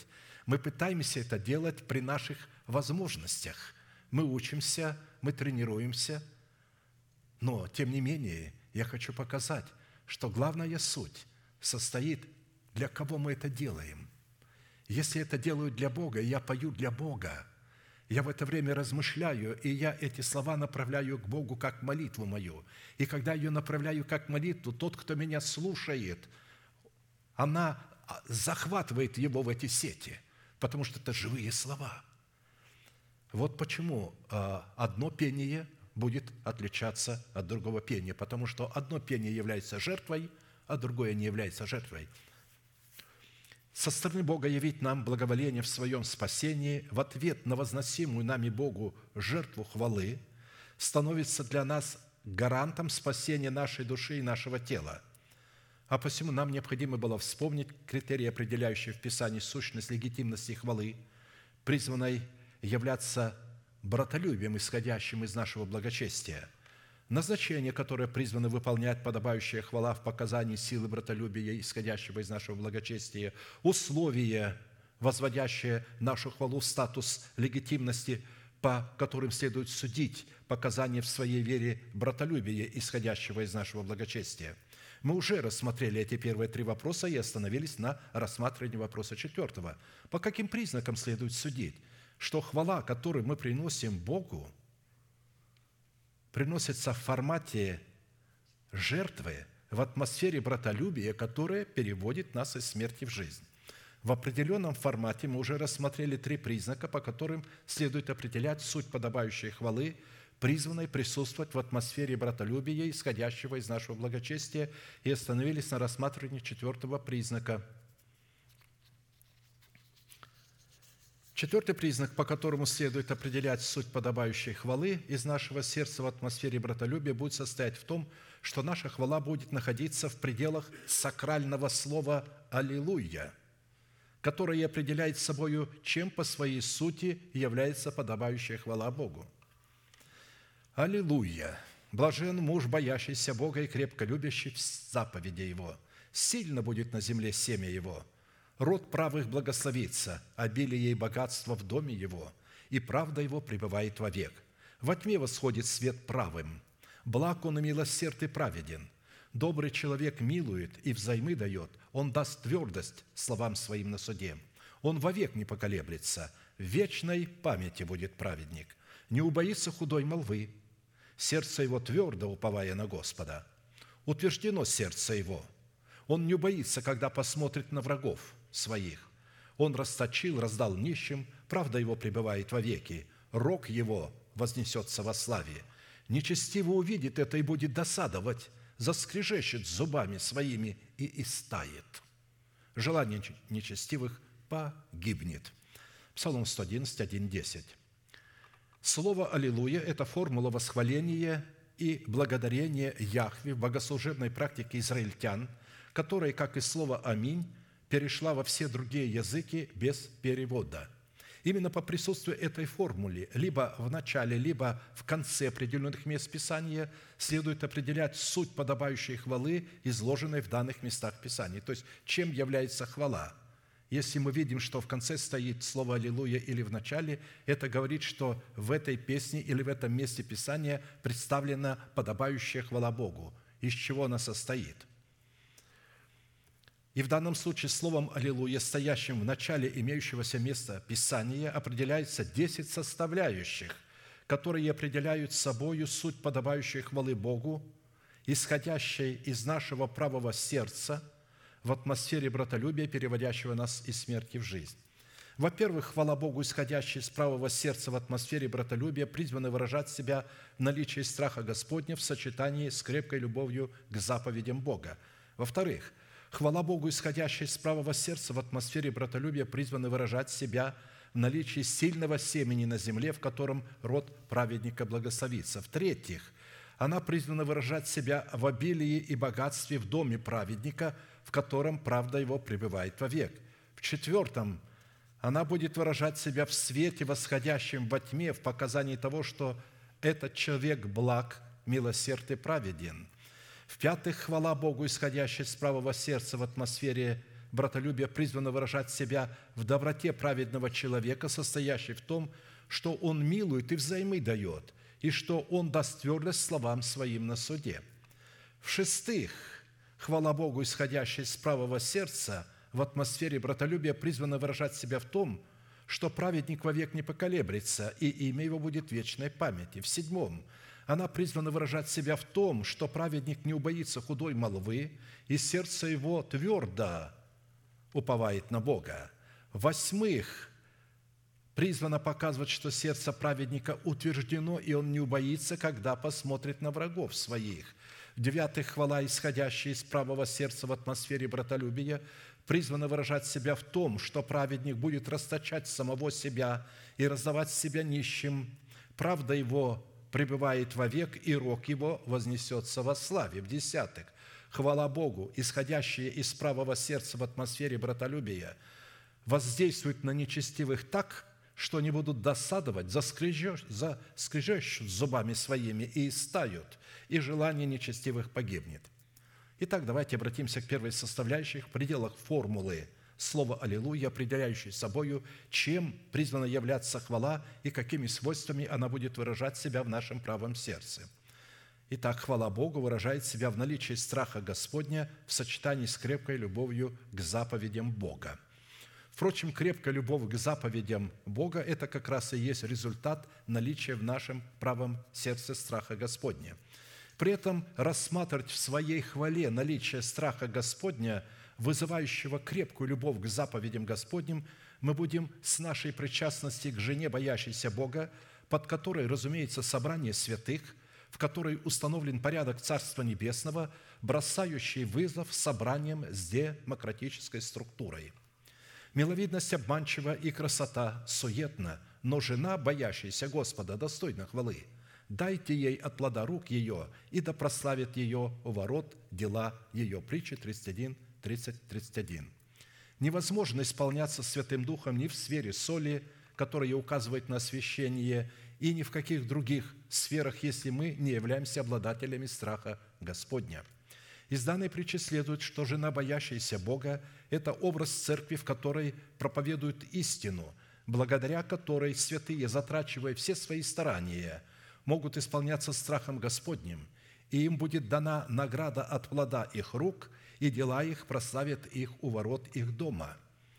Мы пытаемся это делать при наших возможностях. Мы учимся, мы тренируемся, но, тем не менее, я хочу показать, что главная суть состоит, для кого мы это делаем. Если это делаю для Бога, и я пою для Бога, я в это время размышляю, и я эти слова направляю к Богу как молитву мою. И когда ее направляю как молитву, тот, кто меня слушает, она захватывает его в эти сети, потому что это живые слова. Вот почему одно пение будет отличаться от другого пения, потому что одно пение является жертвой, а другое не является жертвой. Со стороны Бога явить нам благоволение в своем спасении в ответ на возносимую нами Богу жертву хвалы становится для нас гарантом спасения нашей души и нашего тела. А посему нам необходимо было вспомнить критерии, определяющие в Писании сущность легитимности хвалы, призванной являться братолюбием, исходящим из нашего благочестия. Назначение, которое призвано выполнять подобающая хвала в показании силы братолюбия, исходящего из нашего благочестия, условия, возводящие нашу хвалу в статус легитимности, по которым следует судить показания в своей вере братолюбия, исходящего из нашего благочестия. Мы уже рассмотрели эти первые три вопроса и остановились на рассматривании вопроса четвертого. По каким признакам следует судить, что хвала, которую мы приносим Богу, приносится в формате жертвы, в атмосфере братолюбия, которая переводит нас из смерти в жизнь. В определенном формате мы уже рассмотрели три признака, по которым следует определять суть подобающей хвалы, призванной присутствовать в атмосфере братолюбия, исходящего из нашего благочестия, и остановились на рассматривании четвертого признака. Четвертый признак, по которому следует определять суть подобающей хвалы из нашего сердца в атмосфере братолюбия, будет состоять в том, что наша хвала будет находиться в пределах сакрального слова «Аллилуйя», которое определяет собою, чем по своей сути является подобающая хвала Богу. Аллилуйя! Блажен муж, боящийся Бога и крепко любящий заповеди Его. Сильно будет на земле семя его. Род правых благословится, обилие и богатство в доме его, и правда его пребывает вовек. Во тьме восходит свет правым. Благ он и милосерд и праведен. Добрый человек милует и взаймы дает. Он даст твердость словам своим на суде. Он вовек не поколеблется. В вечной памяти будет праведник. Не убоится худой молвы. Сердце его твердо, уповая на Господа. Утверждено сердце его. Он не убоится, когда посмотрит на врагов своих. Он расточил, раздал нищим, правда его пребывает вовеки. Рог его вознесется во славе. Нечестиво увидит это и будет досадовать, заскрежещет зубами своими и истает. Желание нечестивых погибнет. Псалом 111, 1:10. Слово «Аллилуйя» – это формула восхваления и благодарения Яхве в богослужебной практике израильтян, которая, как и слово «Аминь», перешла во все другие языки без перевода. Именно по присутствию этой формулы либо в начале, либо в конце определенных мест Писания следует определять суть подобающей хвалы, изложенной в данных местах Писания. То есть, чем является хвала? Если мы видим, что в конце стоит слово «Аллилуйя» или в начале, это говорит, что в этой песне или в этом месте Писания представлена подобающая хвала Богу. Из чего она состоит? И в данном случае словом «Аллилуйя», стоящим в начале имеющегося места Писания, определяется 10 составляющих, которые определяют собою суть подобающей хвалы Богу, исходящей из нашего правого сердца в атмосфере братолюбия, переводящего нас из смерти в жизнь. Во-первых, хвала Богу, исходящая из правого сердца в атмосфере братолюбия, призваны выражать себя в наличии страха Господня в сочетании с крепкой любовью к заповедям Бога. Во-вторых, хвала Богу, исходящая из правого сердца в атмосфере братолюбия, призваны выражать себя в наличии сильного семени на земле, в котором род праведника благословится. В-третьих, она призвана выражать себя в обилии и богатстве в доме праведника, в котором правда его пребывает вовек. В-четвертом, она будет выражать себя в свете, восходящем во тьме, в показании того, что этот человек благ, милосерд и праведен. В-пятых, хвала Богу, исходящая с правого сердца в атмосфере братолюбие призвано выражать себя в доброте праведного человека, состоящей в том, что он милует и взаймы дает, и что он даст твердость словам своим на суде. В-шестых, хвала Богу, исходящая из правого сердца, в атмосфере братолюбия призвано выражать себя в том, что праведник вовек не поколеблется, и имя его будет в вечной памяти. В-седьмом, она призвана выражать себя в том, что праведник не убоится худой молвы, и сердце его твердо уповает на Бога. В-восьмых, призвано показывать, что сердце праведника утверждено, и он не убоится, когда посмотрит на врагов своих. В-девятых, хвала, исходящая из правого сердца в атмосфере братолюбия, призвано выражать себя в том, что праведник будет расточать самого себя и раздавать себя нищим. Правда его пребывает вовек, и рог его вознесется во славе. В-десятых, хвала Богу, исходящая из правого сердца в атмосфере братолюбия, воздействует на нечестивых так, что они будут досадовать, заскрежещут зубами своими и истают, и желание нечестивых погибнет. Итак, давайте обратимся к первой составляющей в пределах формулы слова «Аллилуйя», определяющей собою, чем призвана являться хвала и какими свойствами она будет выражать себя в нашем правом сердце. Итак, хвала Богу выражает себя в наличии страха Господня в сочетании с крепкой любовью к заповедям Бога. Впрочем, крепкая любовь к заповедям Бога – это как раз и есть результат наличия в нашем правом сердце страха Господня. При этом рассматривать в своей хвале наличие страха Господня, вызывающего крепкую любовь к заповедям Господним, мы будем с нашей причастности к жене, боящейся Бога, под которой, разумеется, собрание святых, в которой установлен порядок Царства Небесного, бросающий вызов собраниям с демократической структурой. Миловидность обманчива и красота суетна, но жена, боящаяся Господа, достойна хвалы. Дайте ей от плода рук ее, и да прославит ее у ворот дела ее». Притча 31, 30, 31. Невозможно исполняться Святым Духом ни в сфере соли, которая указывает на освящение, и ни в каких других сферах, если мы не являемся обладателями страха Господня. Из данной притчи следует, что жена, боящаяся Бога, это образ церкви, в которой проповедуют истину, благодаря которой святые, затрачивая все свои старания, могут исполняться страхом Господним, и им будет дана награда от плода их рук, и дела их прославят их у ворот их дома.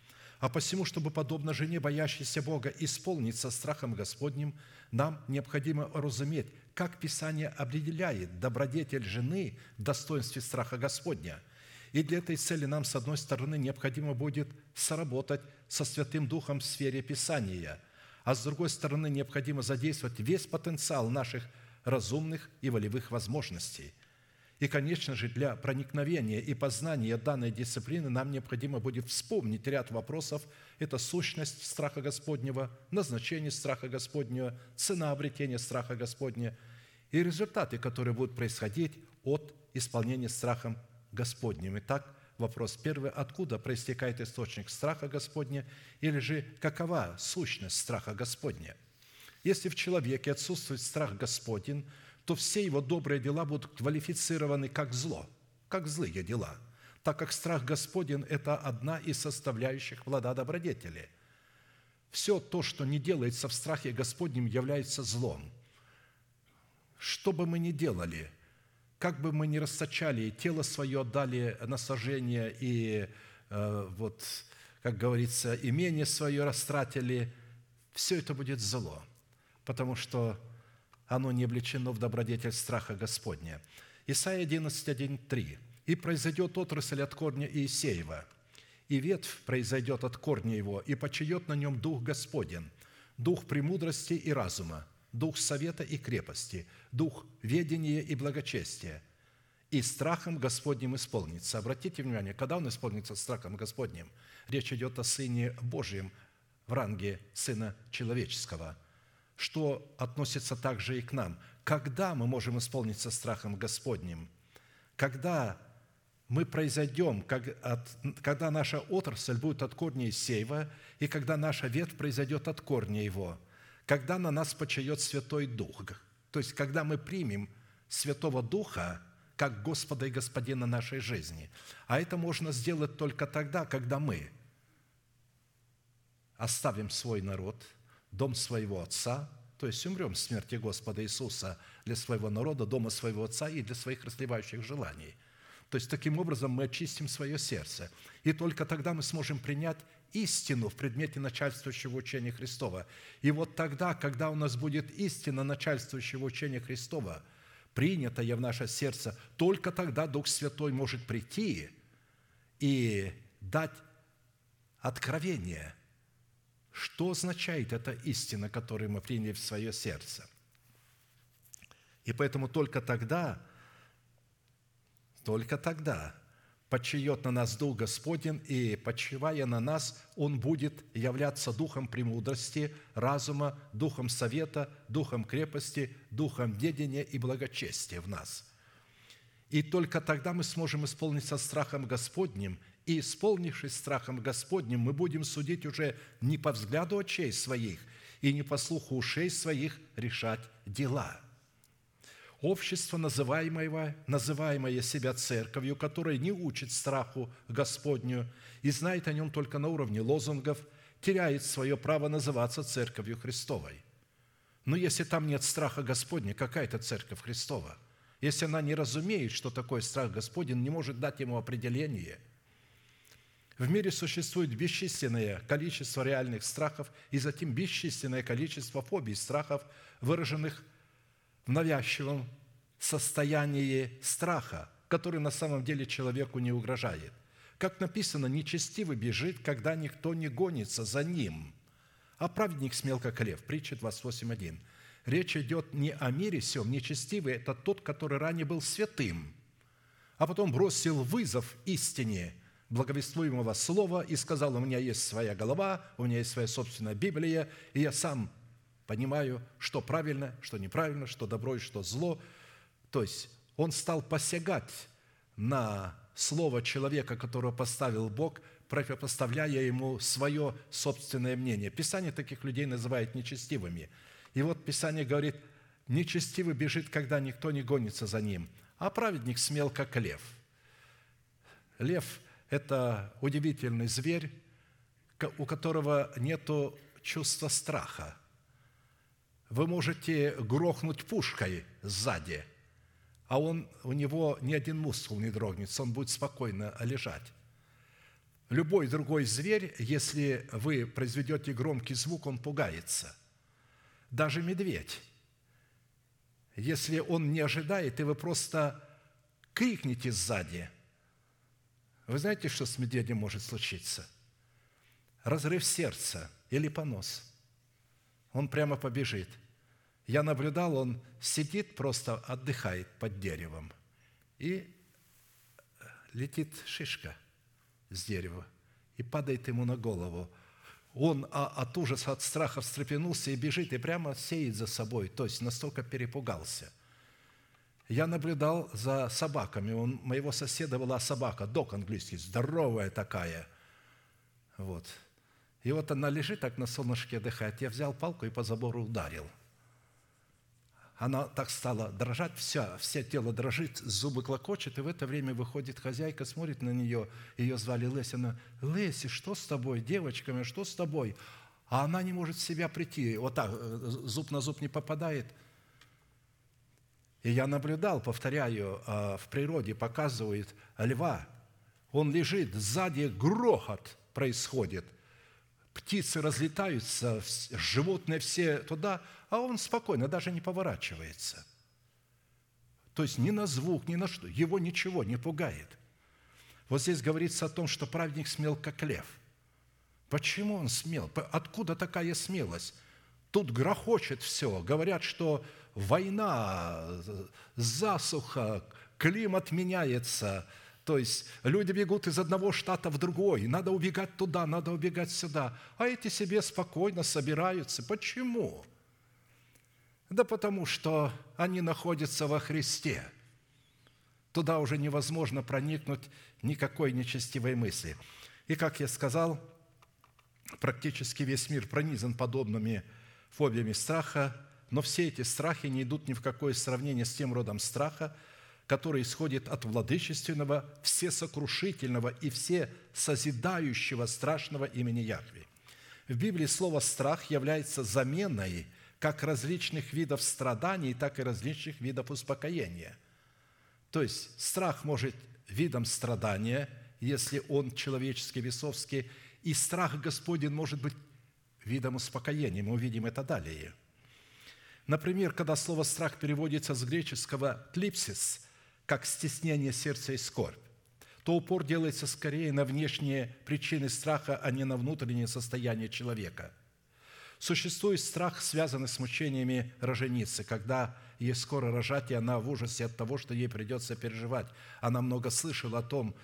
А посему, чтобы, подобно жене, боящейся Бога, исполниться страхом Господним, нам необходимо разуметь, как Писание определяет добродетель жены в достоинстве страха Господня. И для этой цели нам, с одной стороны, необходимо будет соработать со Святым Духом в сфере Писания, а с другой стороны, необходимо задействовать весь потенциал наших разумных и волевых возможностей. И, конечно же, для проникновения и познания данной дисциплины нам необходимо будет вспомнить ряд вопросов. Это сущность страха Господнего, назначение страха Господнего, цена обретения страха Господня и результаты, которые будут происходить от исполнения страхом Господним. Итак, вопрос первый. Откуда проистекает источник страха Господня? Или же какова сущность страха Господня? Если в человеке отсутствует страх Господень, то все его добрые дела будут квалифицированы как зло, как злые дела, так как страх Господень – это одна из составляющих плода добродетели. Все то, что не делается в страхе Господнем, является злом. Что бы мы ни делали, как бы мы ни расточали, тело свое отдали на сожжение и, как говорится, имение свое растратили, все это будет зло, потому что оно не облечено в добродетель страха Господня. Исайя 11, 1, 3. «И произойдет отрасль от корня Иисеева, и ветвь произойдет от корня его, и почиет на нем Дух Господень, Дух премудрости и разума, Дух совета и крепости, Дух ведения и благочестия, и страхом Господним исполнится». Обратите внимание, когда он исполнится страхом Господним? Речь идет о Сыне Божьем в ранге Сына Человеческого, что относится также и к нам. Когда мы можем исполниться страхом Господним? Когда мы произойдем, когда наша отрасль будет от корня Иисеева, и когда наша ветвь произойдет от корня его, когда на нас почиет Святой Дух, то есть когда мы примем Святого Духа, как Господа и Господина нашей жизни. А это можно сделать только тогда, когда мы оставим свой народ, дом своего Отца, то есть умрем в смерти Господа Иисуса для своего народа, дома своего Отца и для своих расливающих желаний. То есть таким образом мы очистим свое сердце. И только тогда мы сможем принять истину в предмете начальствующего учения Христова. И вот тогда, когда у нас будет истина начальствующего учения Христова, принятая в наше сердце, только тогда Дух Святой может прийти и дать откровение, что означает эта истина, которую мы приняли в свое сердце. И поэтому только тогда, почиет на нас Дух Господень, и, почивая на нас, Он будет являться Духом премудрости, разума, Духом совета, Духом крепости, Духом ведения и благочестия в нас. И только тогда мы сможем исполниться страхом Господним, и, исполнившись страхом Господним, мы будем судить уже не по взгляду очей своих и не по слуху ушей своих решать дела. Общество, называемое себя церковью, которое не учит страху Господню и знает о нем только на уровне лозунгов, теряет свое право называться церковью Христовой. Но если там нет страха Господня, какая это церковь Христова? Если она не разумеет, что такое страх Господень, не может дать ему определение. В мире существует бесчисленное количество реальных страхов и затем бесчисленное количество фобий и страхов, выраженных в навязчивом состоянии страха, который на самом деле человеку не угрожает. Как написано, нечестивый бежит, когда никто не гонится за ним, а праведник смел, как лев. Притча 28:1. Речь идет не о мире сем. Нечестивый – это тот, который ранее был святым, а потом бросил вызов истине благовествуемого слова и сказал: у меня есть своя голова, у меня есть своя собственная Библия, и я сам понимаю, что правильно, что неправильно, что добро и что зло. То есть он стал посягать на слово человека, которого поставил Бог, противопоставляя ему свое собственное мнение. Писание таких людей называет нечестивыми. И вот Писание говорит: нечестивый бежит, когда никто не гонится за ним, а праведник смел, как лев. Лев – это удивительный зверь, у которого нет чувства страха. Вы можете грохнуть пушкой сзади, а у него ни один мускул не дрогнет, он будет спокойно лежать. Любой другой зверь, если вы произведете громкий звук, он пугается. Даже медведь, если он не ожидает, и вы просто крикните сзади, вы знаете, что с медведем может случиться? Разрыв сердца или понос. Он прямо побежит. Я наблюдал, он сидит, просто отдыхает под деревом, и летит шишка с дерева и падает ему на голову. Он от ужаса, от страха встрепенулся и бежит, и прямо сеет за собой, то есть настолько перепугался. Я наблюдал за собаками. У моего соседа была собака, дог английский, здоровая такая. Вот. И вот она лежит так на солнышке, отдыхает. Я взял палку и по забору ударил. Она так стала дрожать, все тело дрожит, зубы клокочет, и в это время выходит хозяйка, смотрит на нее, ее звали Леся, она: «Леся, что с тобой, девочка моя, что с тобой?» А она не может в себя прийти, вот так, зуб на зуб не попадает. И я наблюдал, повторяю, в природе показывает льва, он лежит, сзади грохот происходит, птицы разлетаются, животные все туда, а он спокойно, даже не поворачивается. То есть ни на звук, ни на что, его ничего не пугает. Вот здесь говорится о том, что праведник смел, как лев. Почему он смел? Откуда такая смелость? Тут грохочет все. Говорят, что война, засуха, климат меняется. То есть люди бегут из одного штата в другой. Надо убегать туда, надо убегать сюда. А эти себе спокойно собираются. Почему? Да потому что они находятся во Христе. Туда уже невозможно проникнуть никакой нечестивой мысли. И, как я сказал, практически весь мир пронизан подобными фобиями страха, но все эти страхи не идут ни в какое сравнение с тем родом страха, который исходит от владычественного, всесокрушительного и всесозидающего страшного имени Яхве. В Библии слово «страх» является заменой как различных видов страданий, так и различных видов успокоения. То есть страх может видом страдания, если он человеческий, бесовский, и страх Господень может быть видом успокоения. Мы увидим это далее. Например, когда слово «страх» переводится с греческого «тлипсис», как «стеснение сердца и скорбь», то упор делается скорее на внешние причины страха, а не на внутреннее состояние человека. Существует страх, связанный с мучениями роженицы, когда ей скоро рожать, и она в ужасе от того, что ей придется переживать. Она много слышала о том,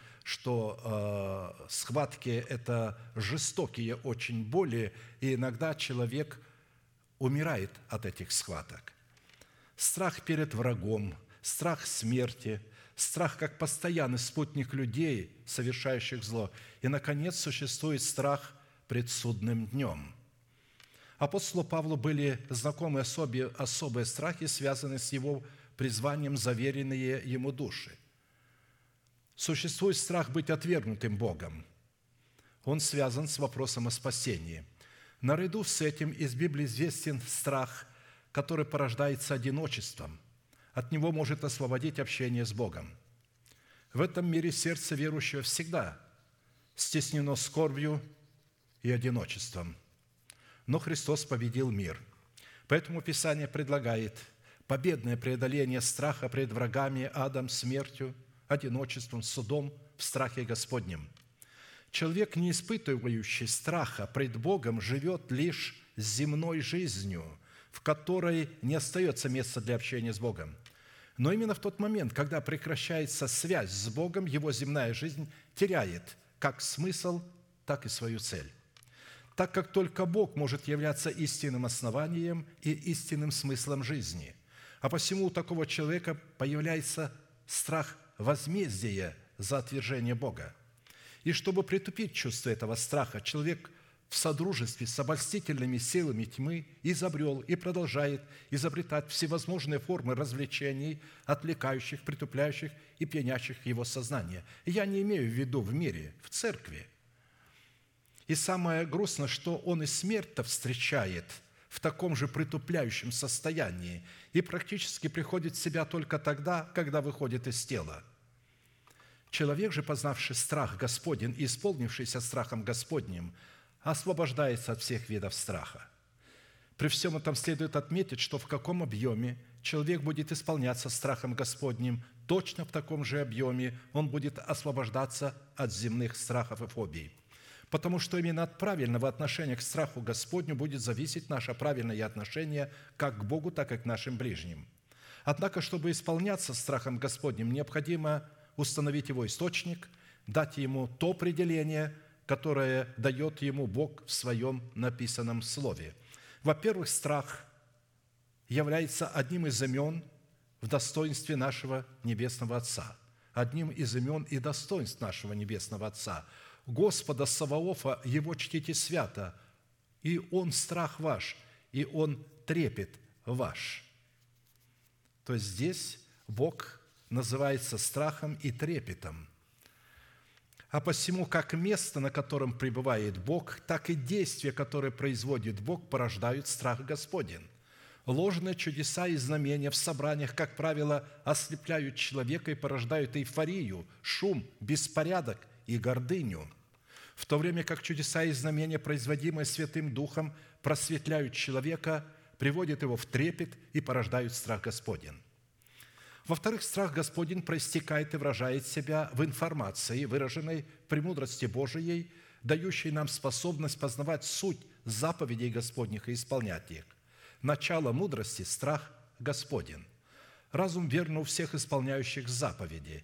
что схватки – это жестокие очень боли, и иногда человек умирает от этих схваток. Страх перед врагом, страх смерти, страх как постоянный спутник людей, совершающих зло. И, наконец, существует страх пред судным днем. Апостолу Павлу были знакомы особые страхи, связанные с его призванием, заверенные ему души. Существует страх быть отвергнутым Богом. Он связан с вопросом о спасении. Наряду с этим из Библии известен страх, который порождается одиночеством. От него может освободить общение с Богом. В этом мире сердце верующего всегда стеснено скорбью и одиночеством. Но Христос победил мир. Поэтому Писание предлагает победное преодоление страха пред врагами, адом, смертью, одиночеством, судом в страхе Господнем. Человек, не испытывающий страха пред Богом, живет лишь земной жизнью, в которой не остается места для общения с Богом. Но именно в тот момент, когда прекращается связь с Богом, его земная жизнь теряет как смысл, так и свою цель. Так как только Бог может являться истинным основанием и истинным смыслом жизни. А посему у такого человека появляется страх возмездия за отвержение Бога. И чтобы притупить чувство этого страха, человек в содружестве с обольстительными силами тьмы изобрел и продолжает изобретать всевозможные формы развлечений, отвлекающих, притупляющих и пьянящих его сознание. Я не имею в виду в мире, в церкви. И самое грустное, что он и смерть-то встречает в таком же притупляющем состоянии и практически приходит в себя только тогда, когда выходит из тела. Человек же, познавший страх Господень и исполнившийся страхом Господним, освобождается от всех видов страха. При всем этом следует отметить, что в каком объеме человек будет исполняться страхом Господним, точно в таком же объеме он будет освобождаться от земных страхов и фобий. Потому что именно от правильного отношения к страху Господню будет зависеть наше правильное отношение как к Богу, так и к нашим ближним. Однако, чтобы исполняться страхом Господним, необходимо установить его источник, дать ему то определение, которое дает ему Бог в своем написанном слове. Во-первых, страх является одним из имен в достоинстве нашего Небесного Отца. Одним из имен и достоинств нашего Небесного Отца. Господа Саваофа, Его чтите свято, и Он страх ваш, и Он трепет ваш. То есть здесь Бог называется страхом и трепетом. А посему, как место, на котором пребывает Бог, так и действия, которые производит Бог, порождают страх Господень. Ложные чудеса и знамения в собраниях, как правило, ослепляют человека и порождают эйфорию, шум, беспорядок и гордыню, в то время как чудеса и знамения, производимые Святым Духом, просветляют человека, приводят его в трепет и порождают страх Господень. Во-вторых, страх Господень проистекает и выражает себя в информации, выраженной в премудрости Божией, дающей нам способность познавать суть заповедей Господних и исполнять их. Начало мудрости – страх Господень. Разум верно у всех исполняющих заповеди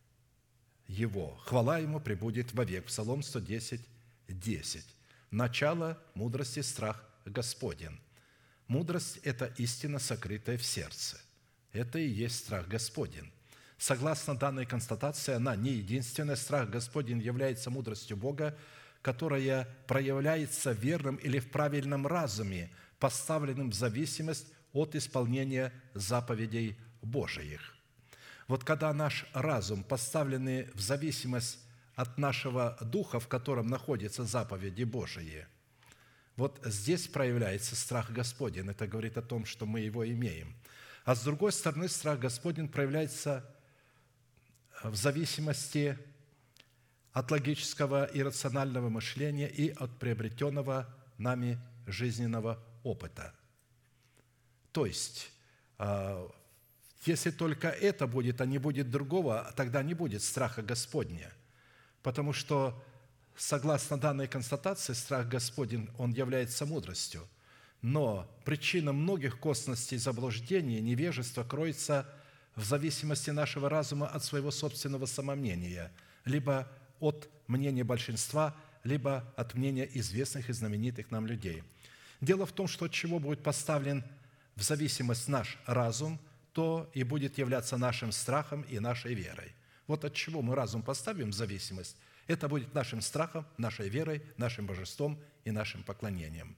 Его. Хвала Ему пребудет вовек. Псалом 110, 10. Начало мудрости – страх Господень. Мудрость – это истина, сокрытая в сердце. Это и есть страх Господень. Согласно данной констатации, она не единственная. Страх Господень является мудростью Бога, которая проявляется в верном или в правильном разуме, поставленным в зависимость от исполнения заповедей Божиих. Вот когда наш разум поставленный в зависимость от нашего духа, в котором находятся заповеди Божии, вот здесь проявляется страх Господень. Это говорит о том, что мы его имеем. А с другой стороны, страх Господень проявляется в зависимости от логического и рационального мышления и от приобретенного нами жизненного опыта. То есть, если только это будет, а не будет другого, тогда не будет страха Господня. Потому что, согласно данной констатации, страх Господень, он является мудростью. Но причина многих косностей заблуждений, невежества кроется в зависимости нашего разума от своего собственного самомнения, либо от мнения большинства, либо от мнения известных и знаменитых нам людей. Дело в том, что от чего будет поставлен в зависимость наш разум, то и будет являться нашим страхом и нашей верой. Вот от чего мы разум поставим в зависимость, это будет нашим страхом, нашей верой, нашим божеством и нашим поклонением.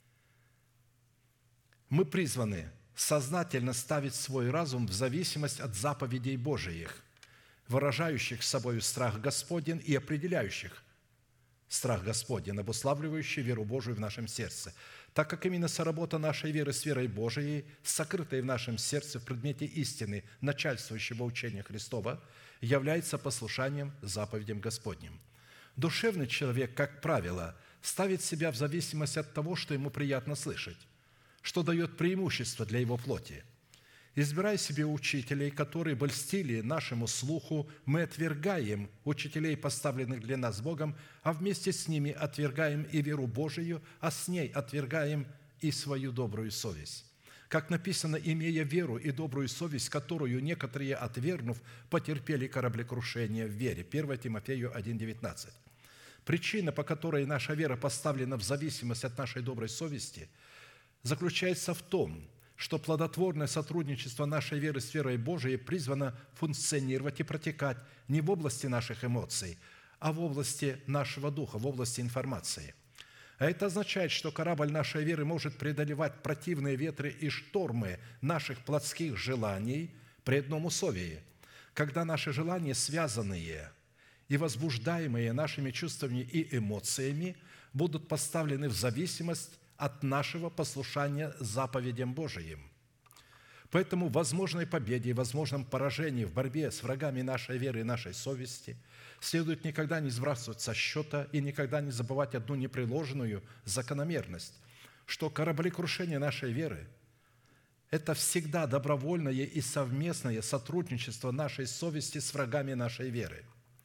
Мы призваны сознательно ставить свой разум в зависимость от заповедей Божиих, выражающих собою страх Господень и определяющих страх Господень, обуславливающий веру Божию в нашем сердце, так как именно соработа нашей веры с верой Божией, сокрытой в нашем сердце в предмете истины начальствующего учения Христова, является послушанием заповедям Господним. Душевный человек, как правило, ставит себя в зависимость от того, что ему приятно слышать, что дает преимущество для его плоти. Избирая себе учителей, которые бы льстили нашему слуху, мы отвергаем учителей, поставленных для нас Богом, а вместе с ними отвергаем и веру Божию, а с ней отвергаем и свою добрую совесть. Как написано, имея веру и добрую совесть, которую некоторые, отвергнув, потерпели кораблекрушение в вере. 1 Тимофею 1,19. Причина, по которой наша вера поставлена в зависимость от нашей доброй совести, заключается в том, что плодотворное сотрудничество нашей веры с верой Божией призвано функционировать и протекать не в области наших эмоций, а в области нашего духа, в области информации. А это означает, что корабль нашей веры может преодолевать противные ветры и штормы наших плотских желаний при одном условии, когда наши желания, связанные и возбуждаемые нашими чувствами и эмоциями, будут поставлены в зависимость от нашего послушания заповедям Божиим. Поэтому в возможной победе и возможном поражении в борьбе с врагами нашей веры и нашей совести следует никогда не сбрасывать со счета и никогда не забывать одну непреложную закономерность, что кораблекрушение нашей веры – это всегда добровольное и совместное сотрудничество нашей совести с врагами нашей веры,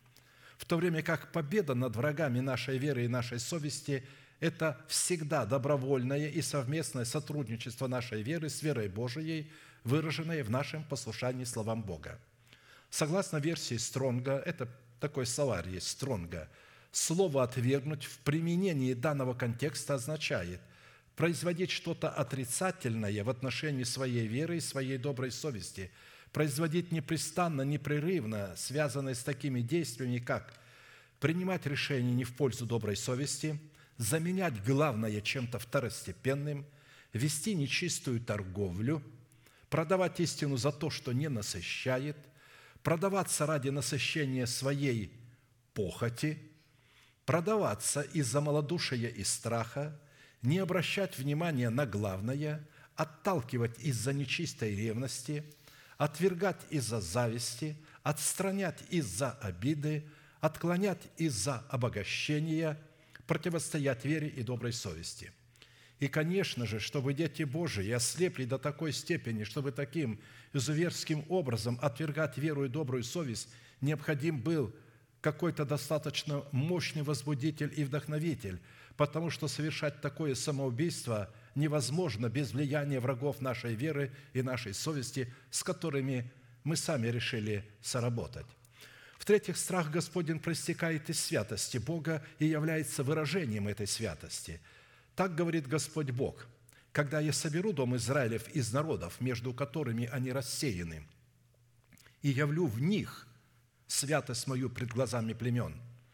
в то время как победа над врагами нашей веры и нашей совести – это всегда добровольное и совместное сотрудничество нашей веры с верой Божией, выраженное в нашем послушании словам Бога. Согласно версии Стронга, это такой словарь есть Стронга, слово «отвергнуть» в применении данного контекста означает производить что-то отрицательное в отношении своей веры и своей доброй совести, производить непрестанно, непрерывно, связанное с такими действиями, как принимать решения не в пользу доброй совести, заменять главное чем-то второстепенным, вести нечистую торговлю, продавать истину за то, что не насыщает, продаваться ради насыщения своей похоти, продаваться из-за малодушия и страха, не обращать внимания на главное, отталкивать из-за нечистой ревности, отвергать из-за зависти, отстранять из-за обиды, отклонять из-за обогащения, противостоять вере и доброй совести. И, конечно же, чтобы дети Божии ослепли до такой степени, чтобы таким изуверским образом отвергать веру и добрую совесть, необходим был какой-то достаточно мощный возбудитель и вдохновитель, потому что совершать такое самоубийство невозможно без влияния врагов нашей веры и нашей совести, с которыми мы сами решили соработать. В-третьих, страх Господень проистекает из святости Бога и является выражением этой святости. Так говорит Господь Бог: «Когда я соберу дом Израилев из народов, между которыми они рассеяны, и явлю в них святость мою пред глазами племен,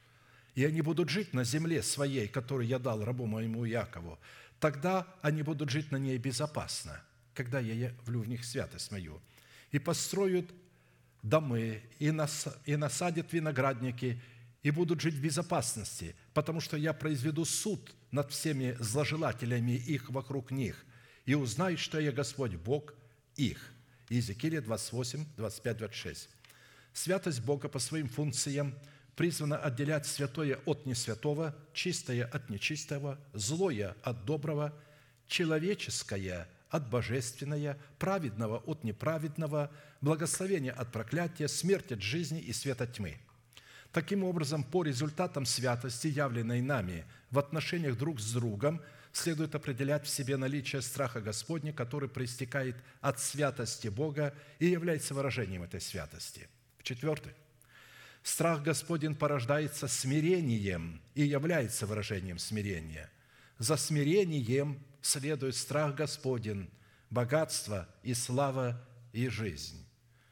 и они будут жить на земле своей, которую я дал рабу моему Якову, тогда они будут жить на ней безопасно, когда я явлю в них святость мою, и построят домы и насадят виноградники, и будут жить в безопасности, потому что я произведу суд над всеми зложелателями их вокруг них, и узнают, что я Господь, Бог их». Иезекииля 28, 25, 26. Святость Бога по своим функциям призвана отделять святое от несвятого, чистое от нечистого, злое от доброго, человеческое от божественного, праведного от неправедного, благословение от проклятия, смерть от жизни и свет от тьмы. Таким образом, по результатам святости, явленной нами в отношениях друг с другом, следует определять в себе наличие страха Господня, который проистекает от святости Бога и является выражением этой святости. В-четвертых, страх Господень порождается смирением и является выражением смирения. За смирением следует страх Господень, богатство и слава и жизнь.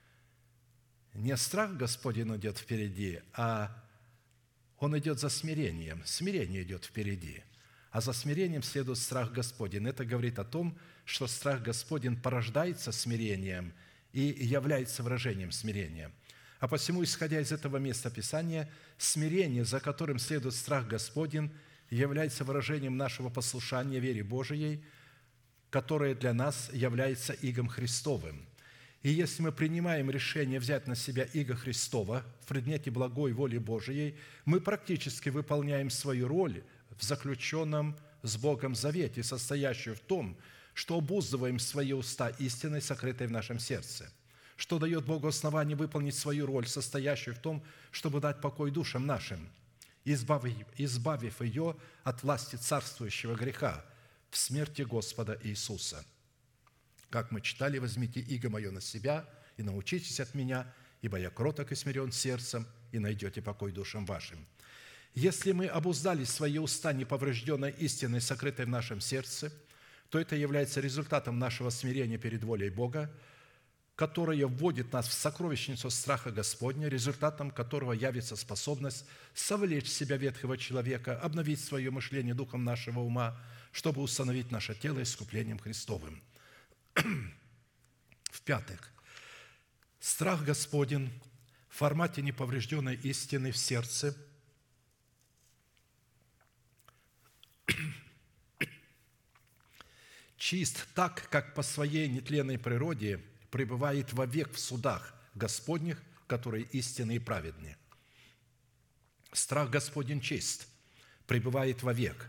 Не страх Господень идет впереди, а он идет за смирением. Смирение идет впереди. А за смирением следует страх Господень. Это говорит о том, что страх Господень порождается смирением и является выражением смирения. А посему, исходя из этого места Писания, смирение, за которым следует страх Господень, является выражением нашего послушания вере Божией, которое для нас является игом Христовым. И если мы принимаем решение взять на себя иго Христова в предмете благой воли Божией, мы практически выполняем свою роль в заключенном с Богом завете, состоящую в том, что обуздываем свои уста истиной, сокрытой в нашем сердце, что дает Богу основание выполнить свою роль, состоящую в том, чтобы дать покой душам нашим, избавив ее от власти царствующего греха в смерти Господа Иисуса. Как мы читали: «Возьмите иго мое на себя и научитесь от меня, ибо я кроток и смирен сердцем, и найдете покой душам вашим». Если мы обуздали свои уста неповрежденной истиной, сокрытой в нашем сердце, то это является результатом нашего смирения перед волей Бога, которое вводит нас в сокровищницу страха Господня, результатом которого явится способность совлечь в себя ветхого человека, обновить свое мышление духом нашего ума, чтобы установить наше тело искуплением Христовым. В-пятых, страх Господень в формате неповрежденной истины в сердце чист так, как по своей нетленной природе пребывает вовек в судах Господних, которые истинны и праведны. Страх Господень чист, пребывает вовек.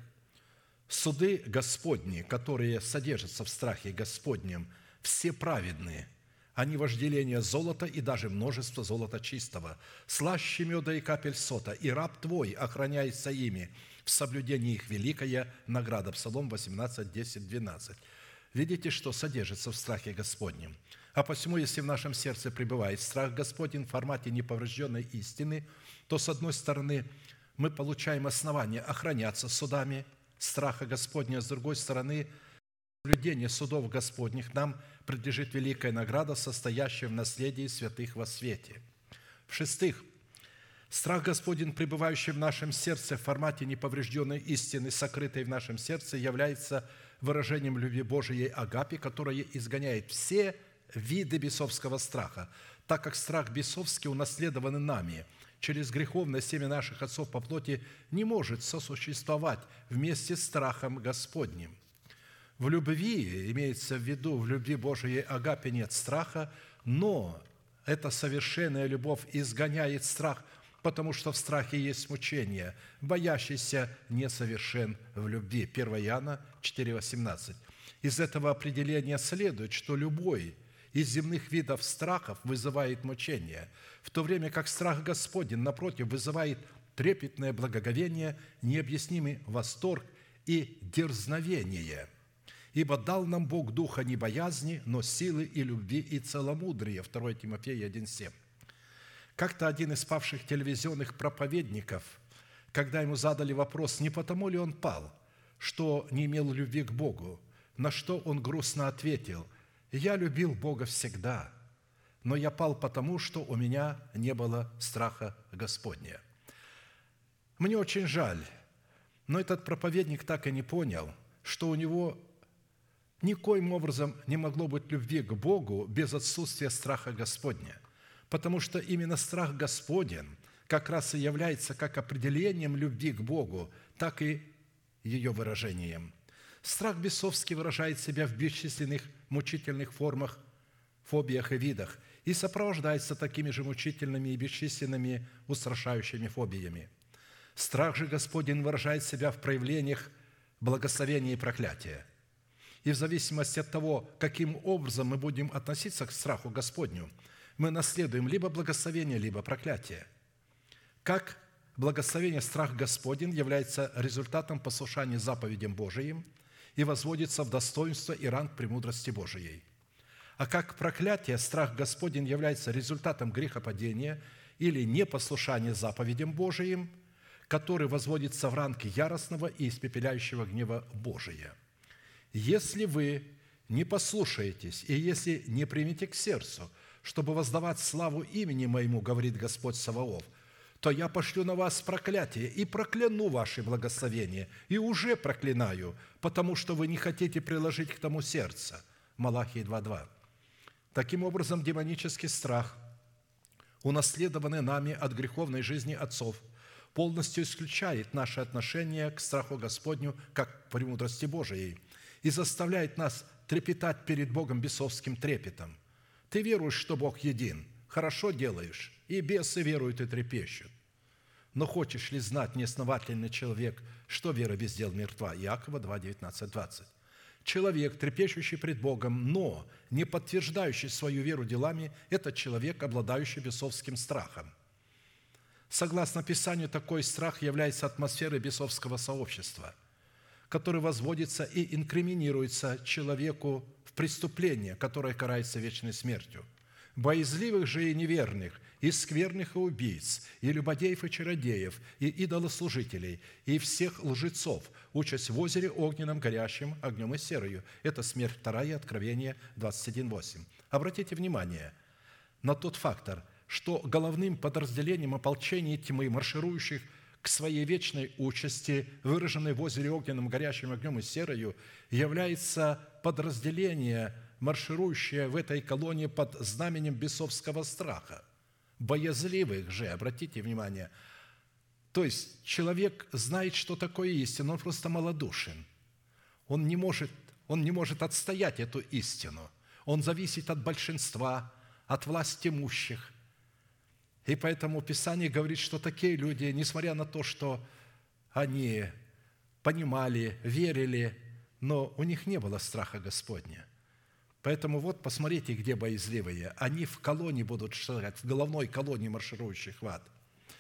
Суды Господни, которые содержатся в страхе Господнем, все праведные. Они вожделение золота и даже множество золота чистого, слаще меда и капель сота, и раб твой охраняется ими, в соблюдении их великая награда». Псалом 18, 10, 12. Видите, что содержится в страхе Господнем. А посему, если в нашем сердце пребывает страх Господень в формате неповрежденной истины, то, с одной стороны, мы получаем основание охраняться судами страха Господня, а с другой стороны, в соблюдении судов Господних нам предлежит великая награда, состоящая в наследии святых во свете. В-шестых, страх Господень, пребывающий в нашем сердце в формате неповрежденной истины, сокрытой в нашем сердце, является выражением любви Божией агапе, которая изгоняет все виды бесовского страха, так как страх бесовский, унаследованный нами через греховное семя наших отцов по плоти, не может сосуществовать вместе с страхом Господним. В любви, имеется в виду, в любви Божией агапе нет страха, но эта совершенная любовь изгоняет страх, потому что в страхе есть мучение. Боящийся несовершен в любви. 1 Иоанна 4,18. Из этого определения следует, что любой из земных видов страхов вызывает мучение, в то время как страх Господень, напротив, вызывает трепетное благоговение, необъяснимый восторг и дерзновение. «Ибо дал нам Бог духа не боязни, но силы и любви и целомудрия». 2 Тимофея 1,7. Как-то один из павших телевизионных проповедников, когда ему задали вопрос, не потому ли он пал, что не имел любви к Богу, на что он грустно ответил: «Я любил Бога всегда, но я пал потому, что у меня не было страха Господня». Мне очень жаль, но этот проповедник так и не понял, что у него никоим образом не могло быть любви к Богу без отсутствия страха Господня, потому что именно страх Господень как раз и является как определением любви к Богу, так и ее выражением. Страх бесовский выражает себя в бесчисленных мучительных формах, фобиях и видах и сопровождается такими же мучительными и бесчисленными устрашающими фобиями. Страх же Господень выражает себя в проявлениях благословения и проклятия. И в зависимости от того, каким образом мы будем относиться к страху Господню, мы наследуем либо благословение, либо проклятие. Как благословение страх Господень является результатом послушания заповедям Божиим и возводится в достоинство и ранг премудрости Божией. А как проклятие страх Господень является результатом грехопадения или непослушания заповедям Божиим, который возводится в ранг яростного и испепеляющего гнева Божия. Если вы не послушаетесь и если не примете к сердцу, чтобы воздавать славу имени Моему, говорит Господь Саваоф, то я пошлю на вас проклятие и прокляну ваши благословения, и уже проклинаю, потому что вы не хотите приложить к тому сердце». Малахии 2:2. Таким образом, демонический страх, унаследованный нами от греховной жизни отцов, полностью исключает наше отношение к страху Господню как к премудрости Божией и заставляет нас трепетать перед Богом бесовским трепетом. Ты веруешь, что Бог един, хорошо делаешь, и бесы веруют и трепещут. Но хочешь ли знать, неосновательный человек, что вера без дел мертва? Иакова 2:19-20. Человек, трепещущий пред Богом, но не подтверждающий свою веру делами, это человек, обладающий бесовским страхом. Согласно Писанию, такой страх является атмосферой бесовского сообщества, который возводится и инкриминируется человеку в преступление, которое карается вечной смертью. Боязливых же и неверных, и скверных и убийц, и любодеев и чародеев, и идолослужителей, и всех лжецов, участь в озере огненном, горящим огнем и серою. Это смерть вторая, Откровение 21:8. Обратите внимание на тот фактор, что головным подразделением ополчения тьмы, марширующих к своей вечной участи, выраженной в озере огненном, горящим огнем и серою, является подразделение, марширующее в этой колонии под знаменем бесовского страха. Боязливых же, обратите внимание, то есть человек знает, что такое истина, он просто малодушен. Он не может отстоять эту истину. Он зависит от большинства, от власти имущих. И поэтому Писание говорит, что такие люди, несмотря на то, что они понимали, верили, но у них не было страха Господня. Поэтому вот посмотрите, где боязливые. Они в колонии будут шагать, в головной колонии марширующих в ад.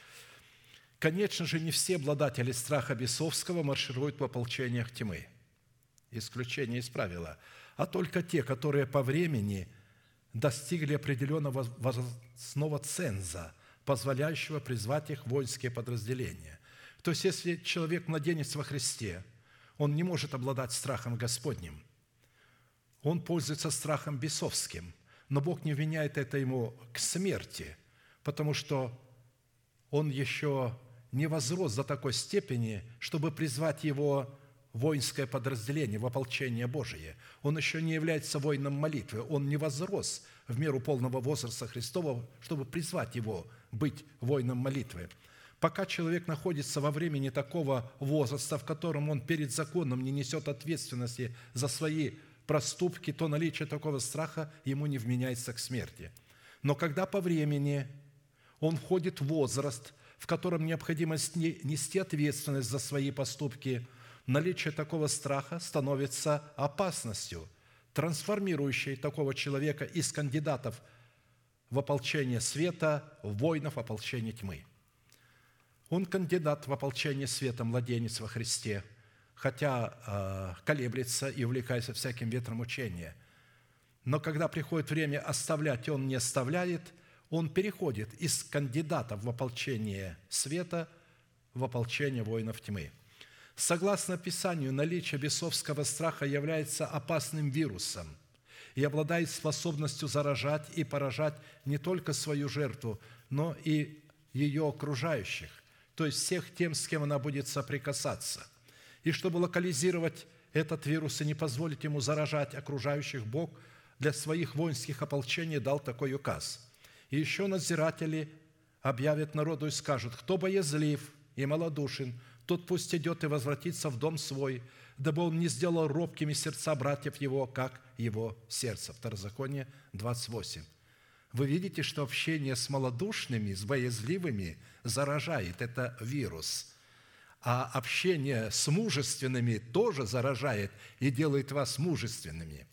Конечно же, не все обладатели страха бесовского маршируют в ополчениях тьмы. Исключение из правила. А только те, которые по времени достигли определенного возрастного ценза, позволяющего призвать их в воинские подразделения. То есть, если человек младенец во Христе, он не может обладать страхом Господним. Он пользуется страхом бесовским, но Бог не вменяет это ему к смерти, потому что он еще не возрос до такой степени, чтобы призвать его в воинское подразделение, в ополчение Божие. Он еще не является воином молитвы, он не возрос в меру полного возраста Христова, чтобы призвать его быть воином молитвы. Пока человек находится во времени такого возраста, в котором он перед законом не несет ответственности за свои проступки, то наличие такого страха ему не вменяется к смерти. Но когда по времени он входит в возраст, в котором необходимо нести ответственность за свои поступки, наличие такого страха становится опасностью, трансформирующей такого человека из кандидатов в ополчение света в воинов ополчения тьмы. Он кандидат в ополчение света, младенец во Христе, хотя колеблется и увлекается всяким ветром учения. Но когда приходит время оставлять, он не оставляет, он переходит из кандидатов в ополчение света в ополчение воинов тьмы. Согласно Писанию, наличие бесовского страха является опасным вирусом и обладает способностью заражать и поражать не только свою жертву, но и ее окружающих, то есть всех тем, с кем она будет соприкасаться. И чтобы локализировать этот вирус и не позволить ему заражать окружающих, Бог для своих воинских ополчений дал такой указ. И еще надзиратели объявят народу и скажут: кто боязлив и малодушен, тот пусть идет и возвратится в дом свой, дабы он не сделал робкими сердца братьев его, как его сердце». Второзаконие 28. Вы видите, что общение с малодушными, с боязливыми заражает. Это вирус. А общение с мужественными тоже заражает и делает вас мужественными.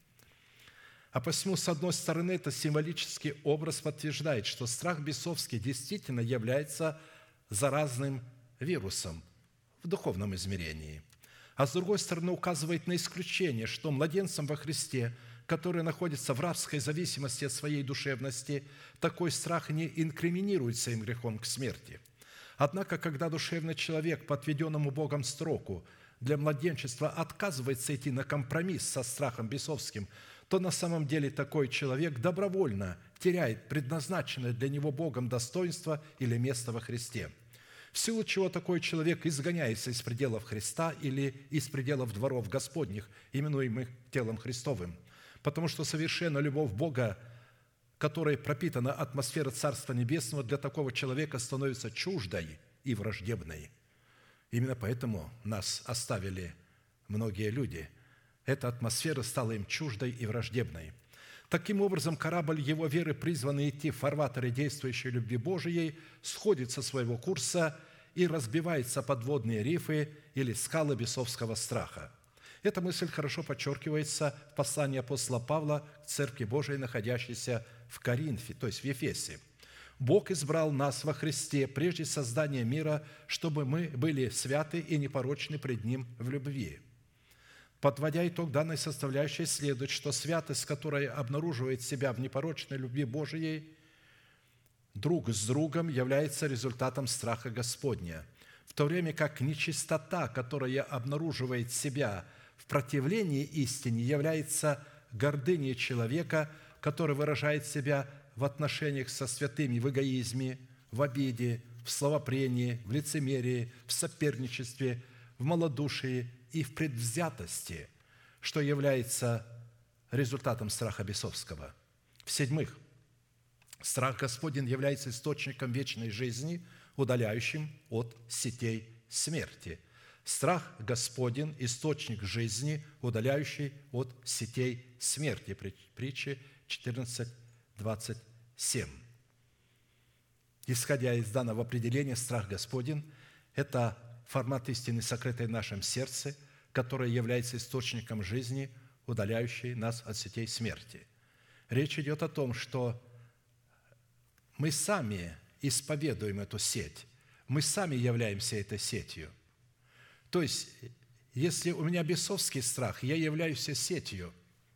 А посему, с одной стороны, это символический образ подтверждает, что страх бесовский действительно является заразным вирусом в духовном измерении. А с другой стороны, указывает на исключение, что младенцам во Христе, которые находятся в рабской зависимости от своей душевности, такой страх не инкриминируется им грехом к смерти. Однако, когда душевный человек по отведенному Богом сроку для младенчества отказывается идти на компромисс со страхом бесовским, то на самом деле такой человек добровольно теряет предназначенное для него Богом достоинство или место во Христе, в силу чего такой человек изгоняется из пределов Христа или из пределов дворов Господних, именуемых телом Христовым, потому что совершенная любовь Бога, которой пропитана атмосфера Царства Небесного, для такого человека становится чуждой и враждебной. Именно поэтому нас оставили многие люди. Эта атмосфера стала им чуждой и враждебной. Таким образом, корабль его веры, призванный идти в фарватере действующей любви Божией, сходит со своего курса и разбивается о подводные рифы или скалы бесовского страха. Эта мысль хорошо подчеркивается в послании апостола Павла к Церкви Божией, находящейся в Коринфе, то есть в Ефесе. «Бог избрал нас во Христе прежде создания мира, чтобы мы были святы и непорочны пред Ним в любви». Подводя итог данной составляющей, следует, что святость, которая обнаруживает себя в непорочной любви Божией друг с другом, является результатом страха Господня, в то время как нечистота, которая обнаруживает себя в противлении истине, является гордыней человека, который выражает себя в отношениях со святыми в эгоизме, в обиде, в словопрении, в лицемерии, в соперничестве, в малодушии и в предвзятости, что является результатом страха бесовского. В-седьмых, страх Господень является источником вечной жизни, удаляющим от сетей смерти. Страх Господень – источник жизни, удаляющий от сетей смерти. Притчи 14:27. Исходя из данного определения, страх Господень – это формат истины, сокрытой в нашем сердце, которая является источником жизни, удаляющей нас от сетей смерти. Речь идет о том, что мы сами исповедуем эту сеть, мы сами являемся этой сетью. То есть, если у меня бесовский страх, я являюсь сетью,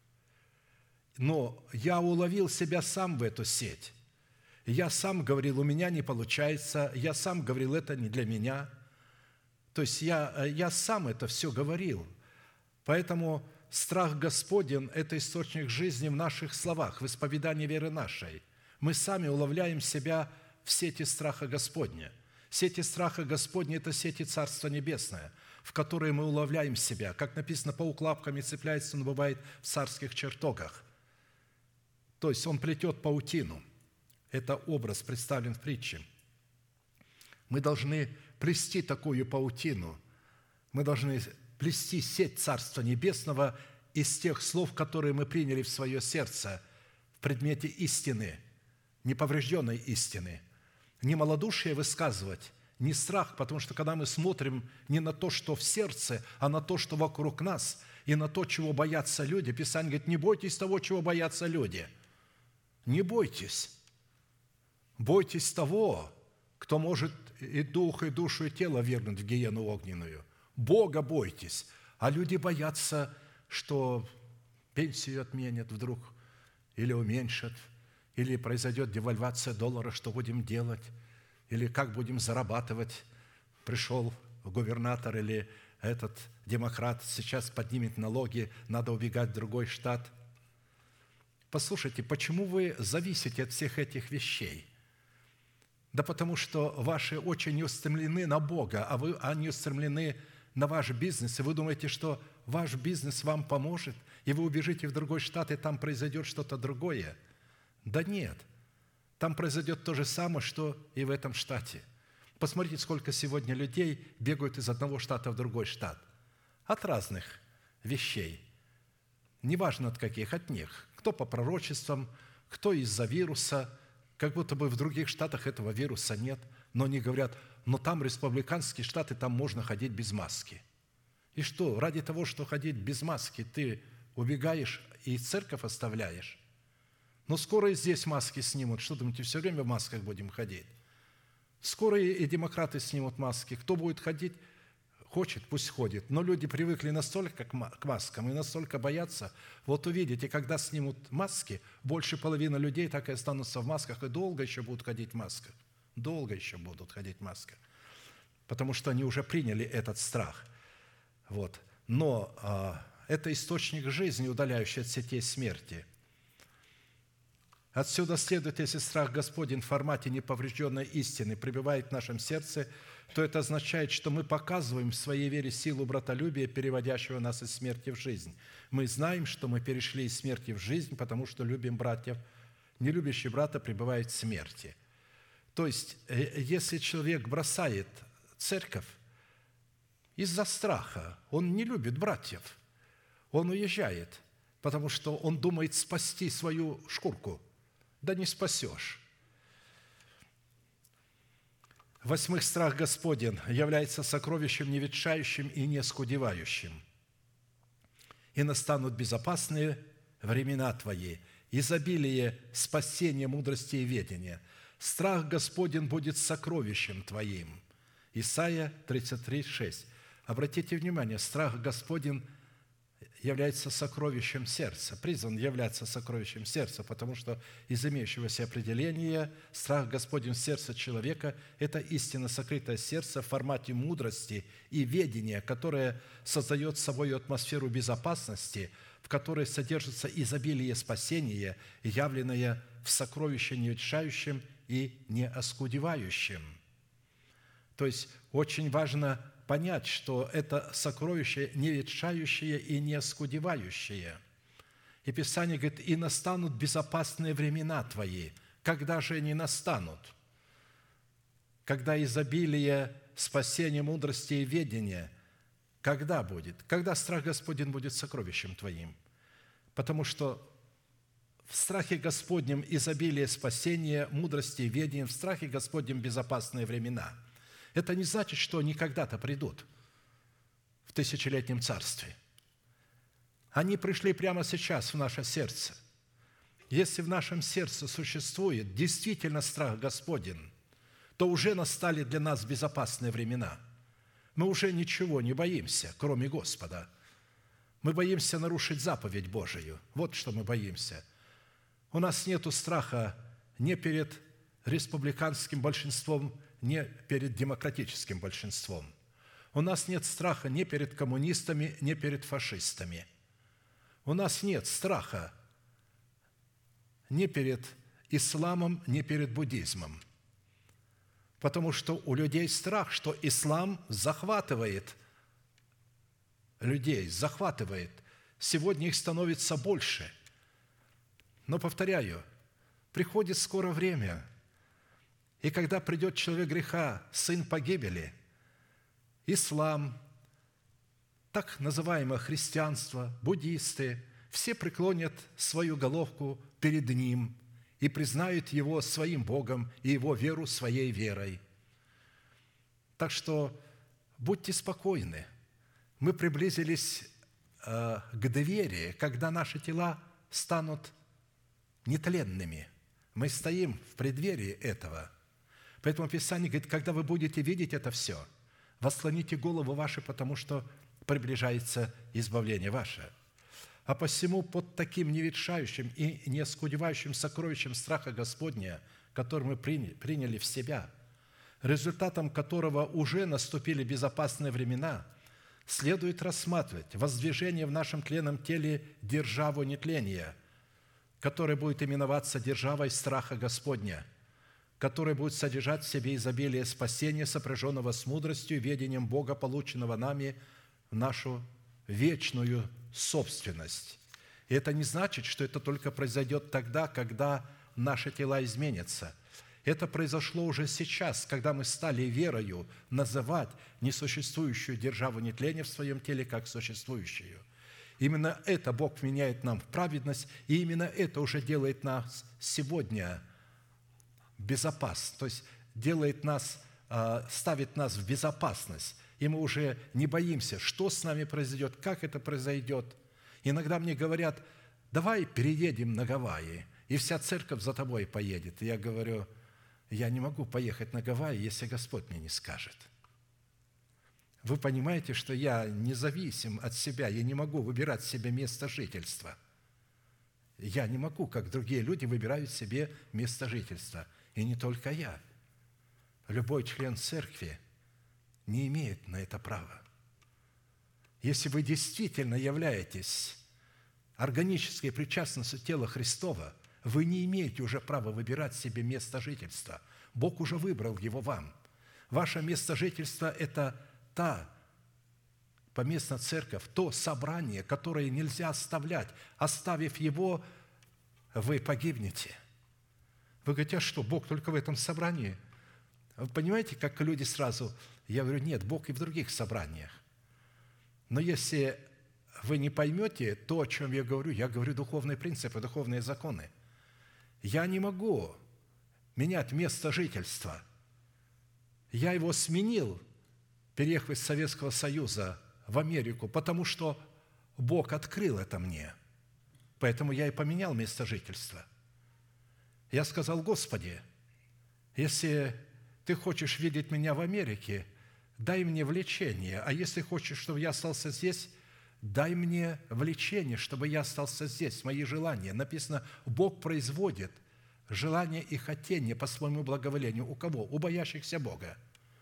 но я уловил себя сам в эту сеть. Я сам говорил, у меня не получается, я сам говорил, это не для меня. То есть я сам это все говорил. Поэтому страх Господень – это источник жизни в наших словах, в исповедании веры нашей. Мы сами уловляем себя в сети страха Господня. Сети страха Господня – это сети Царства Небесное, в которые мы уловляем себя. Как написано, паук лапками цепляется, он бывает в царских чертогах. То есть он плетет паутину. Это образ представлен в притче. Мы должны плести такую паутину. Мы должны плести сеть Царства Небесного из тех слов, которые мы приняли в свое сердце в предмете истины, неповрежденной истины. Не малодушие высказывать, не страх, потому что когда мы смотрим не на то, что в сердце, а на то, что вокруг нас, и на то, чего боятся люди. Писание говорит, не бойтесь того, чего боятся люди. Не бойтесь. Бойтесь того, кто может и дух, и душу, и тело вергнуть в гиену огненную. Бога бойтесь. А люди боятся, что пенсию отменят вдруг, или уменьшат, или произойдет девальвация доллара, что будем делать, или как будем зарабатывать. Пришел губернатор или этот демократ, сейчас поднимет налоги, надо убегать в другой штат. Послушайте, почему вы зависите от всех этих вещей? Да потому что ваши очи не устремлены на Бога, они устремлены на ваш бизнес, и вы думаете, что ваш бизнес вам поможет, и вы убежите в другой штат, и там произойдет что-то другое. Да нет. там произойдет то же самое, что и в этом штате. Посмотрите, сколько сегодня людей бегают из одного штата в другой штат. От разных вещей. Неважно от каких, от них. Кто по пророчествам, кто из-за вируса. Как будто бы в других штатах этого вируса нет. Но они говорят, но там республиканские штаты, там можно ходить без маски. И что, ради того, что ходить без маски, ты убегаешь и церковь оставляешь? Но скоро и здесь маски снимут. Что думаете, все время в масках будем ходить? Скоро и демократы снимут маски. Кто будет ходить, хочет, пусть ходит. Но люди привыкли настолько к маскам и настолько боятся. Вот увидите, когда снимут маски, больше половины людей так и останутся в масках и долго еще будут ходить в масках. Долго еще будут ходить в масках. Потому что они уже приняли этот страх. Вот. Но это источник жизни, удаляющий от сетей смерти. Отсюда следует, если страх Господень в формате неповрежденной истины пребывает в нашем сердце, то это означает, что мы показываем в своей вере силу братолюбия, переводящего нас из смерти в жизнь. Мы знаем, что мы перешли из смерти в жизнь, потому что любим братьев. Нелюбящий брата пребывает в смерти. То есть, если человек бросает церковь из-за страха, он не любит братьев, он уезжает, потому что он думает спасти свою шкурку. Да не спасешь. В-восьмых, страх Господень является сокровищем неветшающим и не оскудевающим. «И настанут безопасные времена Твои, изобилие спасения, мудрости и ведения. Страх Господень будет сокровищем Твоим». Исайя 33, 6. Обратите внимание, страх Господень является сокровищем сердца, призван являться сокровищем сердца, потому что из имеющегося определения страх Господень в сердце человека – это истинно сокрытое сердце в формате мудрости и ведения, которое создает собой атмосферу безопасности, в которой содержится изобилие спасения, явленное в сокровище неветшающем и не оскудевающем. То есть очень важно понять, что это сокровище не ветшающее и не оскудевающее. И Писание говорит, «И настанут безопасные времена Твои». Когда же они настанут? Когда изобилие спасения, мудрости и ведения. Когда будет? Когда страх Господень будет сокровищем Твоим. Потому что в страхе Господнем изобилие спасения, мудрости и ведения, в страхе Господнем безопасные времена – это не значит, что они когда-то придут в тысячелетнем царстве. Они пришли прямо сейчас в наше сердце. Если в нашем сердце существует действительно страх Господень, то уже настали для нас безопасные времена. Мы уже ничего не боимся, кроме Господа. Мы боимся нарушить заповедь Божию. Вот что мы боимся. У нас нет страха ни перед республиканским большинством, не перед демократическим большинством. У нас нет страха ни перед коммунистами, ни перед фашистами. У нас нет страха ни перед исламом, ни перед буддизмом. Потому что у людей страх, что ислам захватывает людей, захватывает. Сегодня их становится больше. Но, повторяю, приходит скоро время, и когда придет человек греха, сын погибели, ислам, так называемое христианство, буддисты, все преклонят свою головку перед ним и признают его своим Богом и его веру своей верой. Так что будьте спокойны. Мы приблизились к двери, когда наши тела станут нетленными. Мы стоим в преддверии этого. Поэтому Писание говорит, когда вы будете видеть это все, восклоните голову ваши, потому что приближается избавление ваше. А посему под таким неветшающим и не оскудевающим сокровищем страха Господня, который мы приняли в себя, результатом которого уже наступили безопасные времена, следует рассматривать воздвижение в нашем тленном теле державу нетления, которая будет именоваться державой страха Господня, который будет содержать в себе изобилие спасения, сопряженного с мудростью и ведением Бога, полученного нами в нашу вечную собственность. И это не значит, что это только произойдет тогда, когда наши тела изменятся. Это произошло уже сейчас, когда мы стали верою называть несуществующую державу нетления в своем теле как существующую. Именно это Бог меняет нам в праведность, и именно это уже делает нас сегодня безопасным, то есть делает нас, ставит нас в безопасность, и мы уже не боимся, что с нами произойдет, как это произойдет. Иногда мне говорят: давай переедем на Гавайи, и вся церковь за тобой поедет. И я говорю: я не могу поехать на Гавайи, если Господь мне не скажет. Вы понимаете, что я независим от себя, я не могу выбирать себе место жительства. Я не могу, как другие люди, выбирают себе место жительства. И не только я. Любой член церкви не имеет на это права. Если вы действительно являетесь органической причастностью тела Христова, вы не имеете уже права выбирать себе место жительства. Бог уже выбрал его вам. Ваше место жительства – это та поместная церковь, то собрание, которое нельзя оставлять. Оставив его, вы погибнете. Вы говорите: а что, Бог только в этом собрании? Вы понимаете, как люди сразу... Я говорю: нет, Бог и в других собраниях. Но если вы не поймете то, о чем я говорю духовные принципы, духовные законы. Я не могу менять место жительства. Я его сменил, переехав из Советского Союза в Америку, потому что Бог открыл это мне. Поэтому я и поменял место жительства. Я сказал: Господи, если Ты хочешь видеть меня в Америке, дай мне влечение. А если хочешь, чтобы я остался здесь, дай мне влечение, чтобы я остался здесь, мои желания. Написано: Бог производит желания и хотения по своему благоволению. У кого? У боящихся Бога.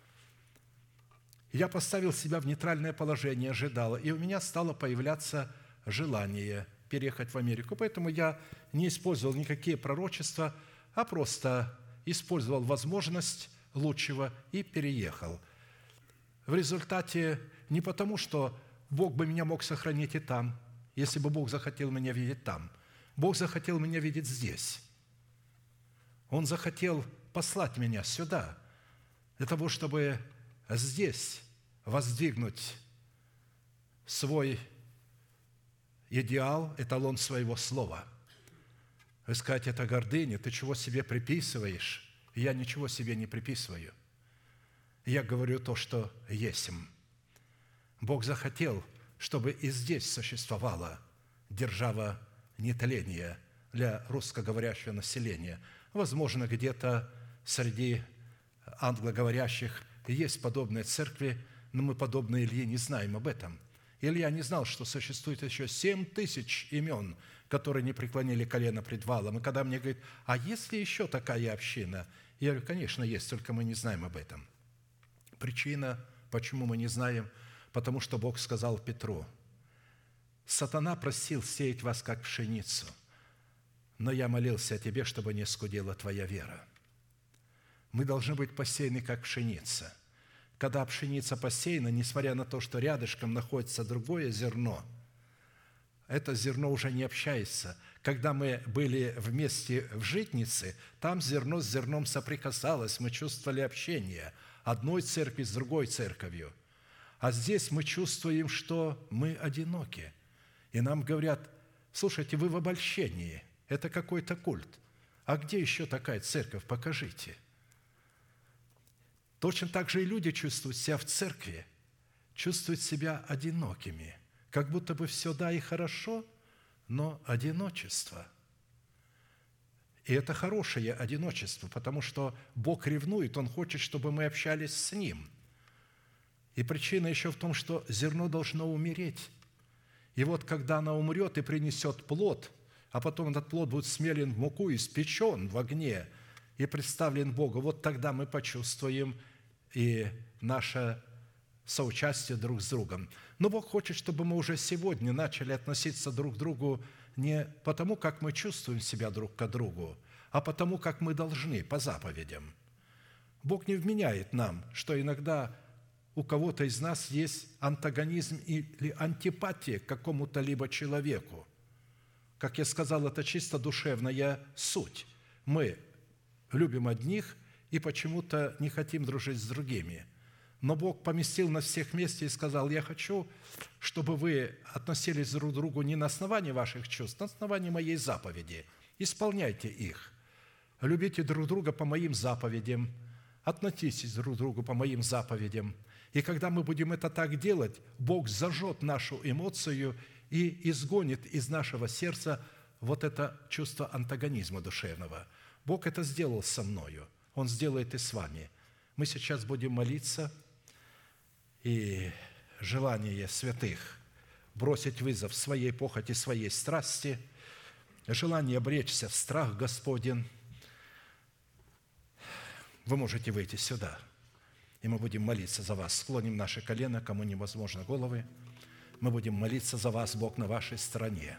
Я поставил себя в нейтральное положение, ожидал, и у меня стало появляться желание переехать в Америку. Поэтому я не использовал никакие пророчества, а просто использовал возможность лучшего и переехал. В результате не потому, что Бог бы меня мог сохранить и там, если бы Бог захотел меня видеть там. Бог захотел меня видеть здесь. Он захотел послать меня сюда для того, чтобы здесь воздвигнуть свой идеал, эталон своего слова. Вы скажете: это гордыня, ты чего себе приписываешь? Я ничего себе не приписываю. Я говорю то, что есмь. Бог захотел, чтобы и здесь существовала держава нетления для русскоговорящего населения. Возможно, где-то среди англоговорящих есть подобные церкви, но мы, подобно Илье, не знаем об этом. Илья не знал, что существует еще 7000 имен, которые не преклонили колено пред валом. И когда мне говорят: а есть ли еще такая община? Я говорю: конечно, есть, только мы не знаем об этом. Причина, почему мы не знаем, потому что Бог сказал Петру: «Сатана просил сеять вас, как пшеницу, но я молился о тебе, чтобы не скудела твоя вера». Мы должны быть посеяны, как пшеница. Когда пшеница посеяна, несмотря на то, что рядышком находится другое зерно, это зерно уже не общается. Когда мы были вместе в житнице, там зерно с зерном соприкасалось, мы чувствовали общение одной церкви с другой церковью. А здесь мы чувствуем, что мы одиноки. И нам говорят: слушайте, вы в обольщении, это какой-то культ. А где еще такая церковь? Покажите. Точно так же и люди чувствуют себя в церкви, чувствуют себя одинокими, как будто бы все да и хорошо, но одиночество. И это хорошее одиночество, потому что Бог ревнует, Он хочет, чтобы мы общались с Ним. И причина еще в том, что зерно должно умереть. И вот когда оно умрет и принесет плод, а потом этот плод будет смелен в муку, испечен в огне и представлен Богу, вот тогда мы почувствуем и наше соучастие друг с другом. Но Бог хочет, чтобы мы уже сегодня начали относиться друг к другу не потому, как мы чувствуем себя друг к другу, а потому, как мы должны по заповедям. Бог не вменяет нам, что иногда у кого-то из нас есть антагонизм или антипатия к какому-то либо человеку. Как я сказал, это чисто душевная суть. мы любим одних и почему-то не хотим дружить с другими. Но Бог поместил нас всех вместе и сказал: я хочу, чтобы вы относились друг к другу не на основании ваших чувств, а на основании моей заповеди. Исполняйте их. Любите друг друга по моим заповедям, относитесь друг к другу по моим заповедям. И когда мы будем это так делать, Бог зажжет нашу эмоцию и изгонит из нашего сердца вот это чувство антагонизма душевного. Бог это сделал со мною, Он сделает и с вами. Мы сейчас будем молиться, и желание святых бросить вызов своей похоти, своей страсти, желание обречься в страх Господень, вы можете выйти сюда, и мы будем молиться за вас. Склоним наши колено, кому невозможно головы. Мы будем молиться за вас, Бог на вашей стороне.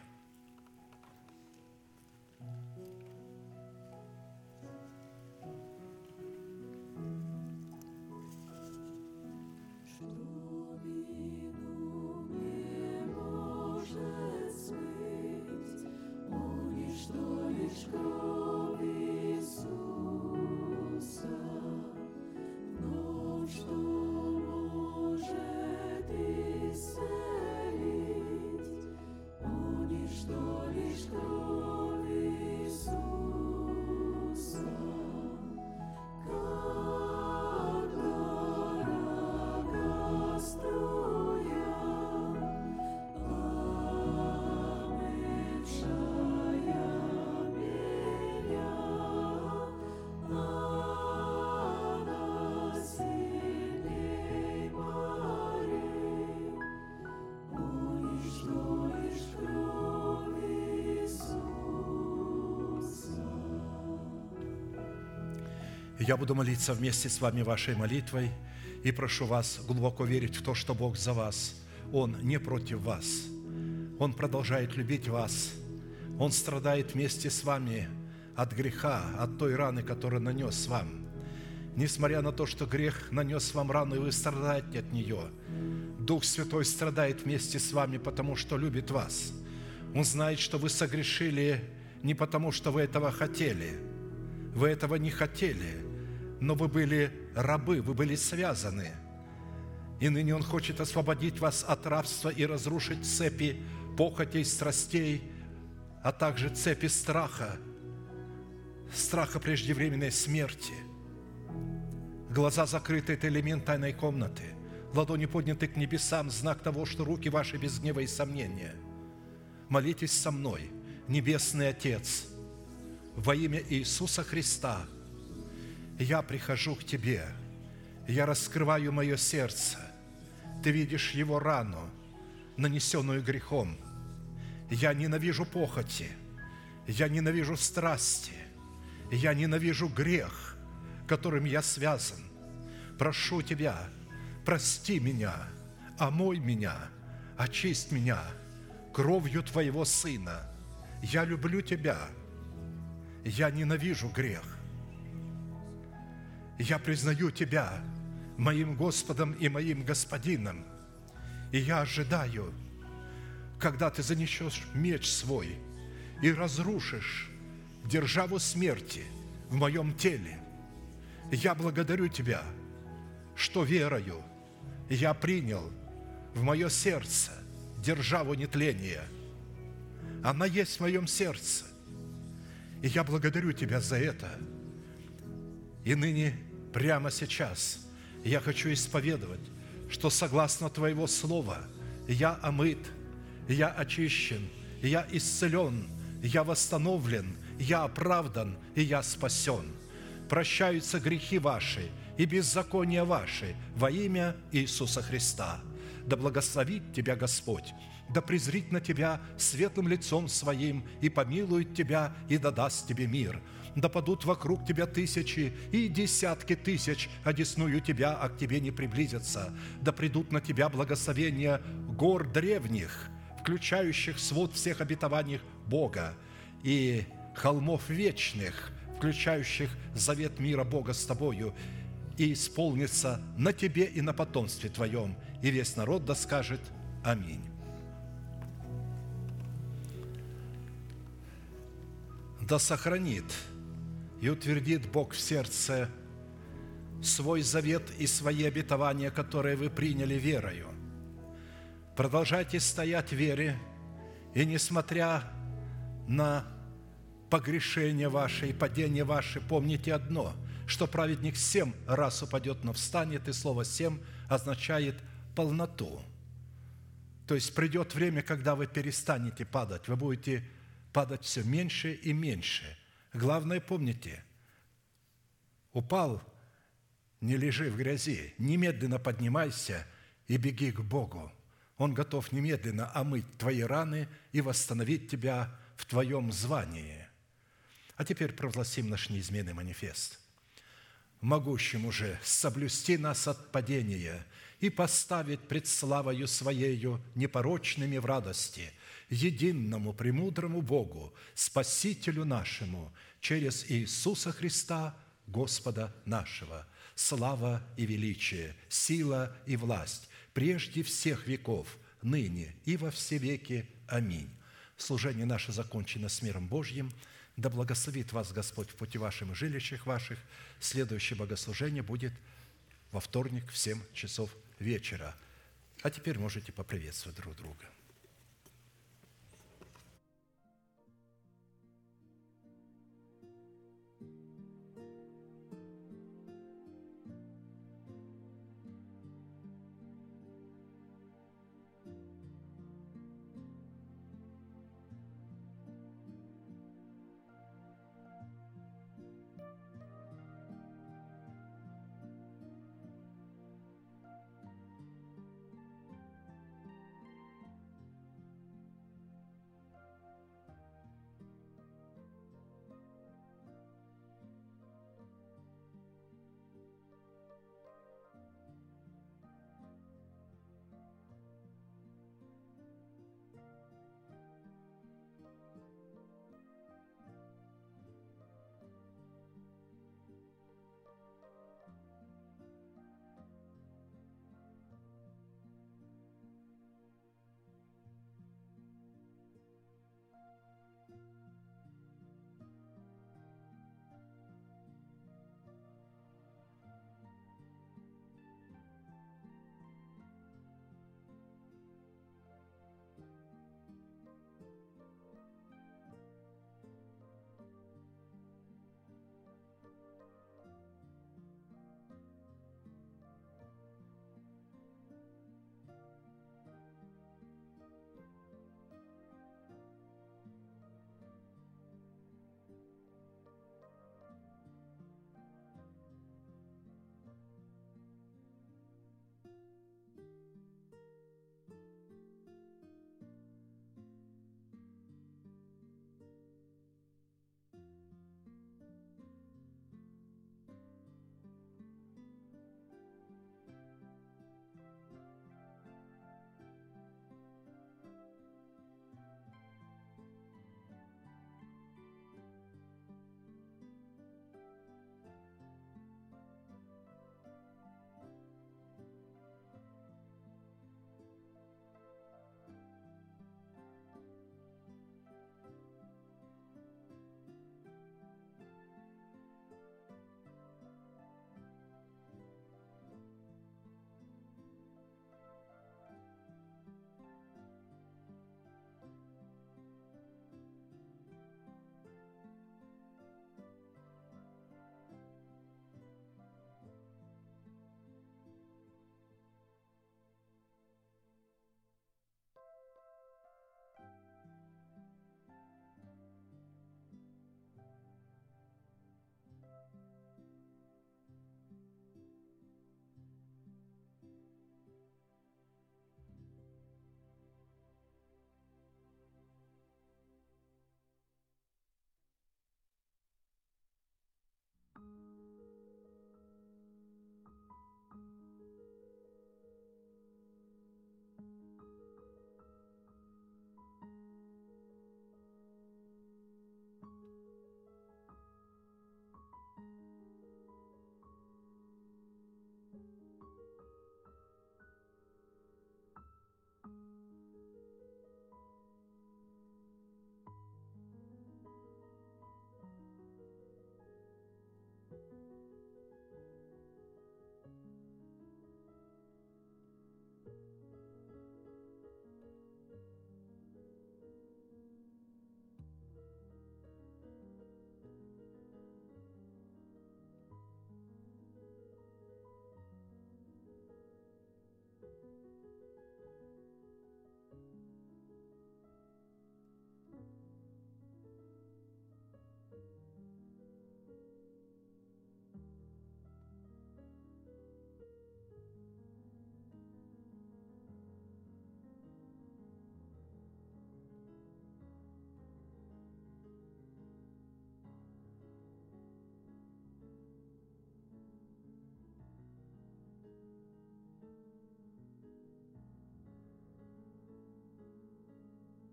Я буду молиться вместе с вами вашей молитвой и прошу вас глубоко верить в то, что Бог за вас. Он не против вас. Он продолжает любить вас. Он страдает вместе с вами от греха, от той раны, которую нанес вам. Несмотря на то, что грех нанес вам рану, и вы страдаете от нее, Дух Святой страдает вместе с вами, потому что любит вас. Он знает, что вы согрешили не потому, что вы этого хотели. Вы этого не хотели, но вы были рабы, вы были связаны. И ныне Он хочет освободить вас от рабства и разрушить цепи похотей, страстей, а также цепи страха преждевременной смерти. Глаза закрыты – это элемент тайной комнаты. Ладони подняты к небесам – знак того, что руки ваши без гнева и сомнения. Молитесь со мной, Небесный Отец, во имя Иисуса Христа. Я прихожу к Тебе, я раскрываю мое сердце. Ты видишь его рану, нанесенную грехом. Я ненавижу похоти, я ненавижу страсти, я ненавижу грех, которым я связан. Прошу Тебя, прости меня, омой меня, очисть меня кровью Твоего Сына. Я люблю Тебя, я ненавижу грех. Я признаю Тебя моим Господом и моим Господином, и я ожидаю, когда Ты занесешь меч свой и разрушишь державу смерти в моем теле. Я благодарю Тебя, что верою я принял в мое сердце державу нетления. Она есть в моем сердце, и я благодарю Тебя за это. И ныне, прямо сейчас, я хочу исповедовать, что согласно Твоего Слова я омыт, я очищен, я исцелен, я восстановлен, я оправдан и я спасен. Прощаются грехи ваши и беззакония ваши во имя Иисуса Христа. Да благословит Тебя Господь, да презрит на Тебя светлым лицом Своим и помилует Тебя и да даст Тебе мир. Да падут вокруг Тебя тысячи и десятки тысяч, одесную Тебя, а к Тебе не приблизятся. Да придут на Тебя благословения гор древних, включающих свод всех обетований Бога, и холмов вечных, включающих завет мира Бога с Тобою, и исполнится на Тебе и на потомстве Твоем. И весь народ да скажет Аминь. Да сохранит и утвердит Бог в сердце свой завет и свои обетования, которые вы приняли верою. Продолжайте стоять в вере, и несмотря на погрешения ваши и падения ваши, помните одно, что праведник 7 раз упадет, но встанет, и слово «семь» означает полноту. То есть придет время, когда вы перестанете падать, вы будете падать все меньше и меньше. Главное, помните, упал, не лежи в грязи, немедленно поднимайся и беги к Богу. Он готов немедленно омыть твои раны и восстановить тебя в твоем звании. А теперь провозгласим наш неизменный манифест. Могущему же соблюсти нас от падения и поставить пред славою Своею непорочными в радости, единому премудрому Богу, Спасителю нашему, через Иисуса Христа, Господа нашего, слава и величие, сила и власть, прежде всех веков, ныне и во все веки. Аминь. Служение наше закончено с миром Божьим. Да благословит вас Господь в пути вашим и жилищах ваших. Следующее богослужение будет во вторник в 7 часов вечера. А теперь можете поприветствовать друг друга.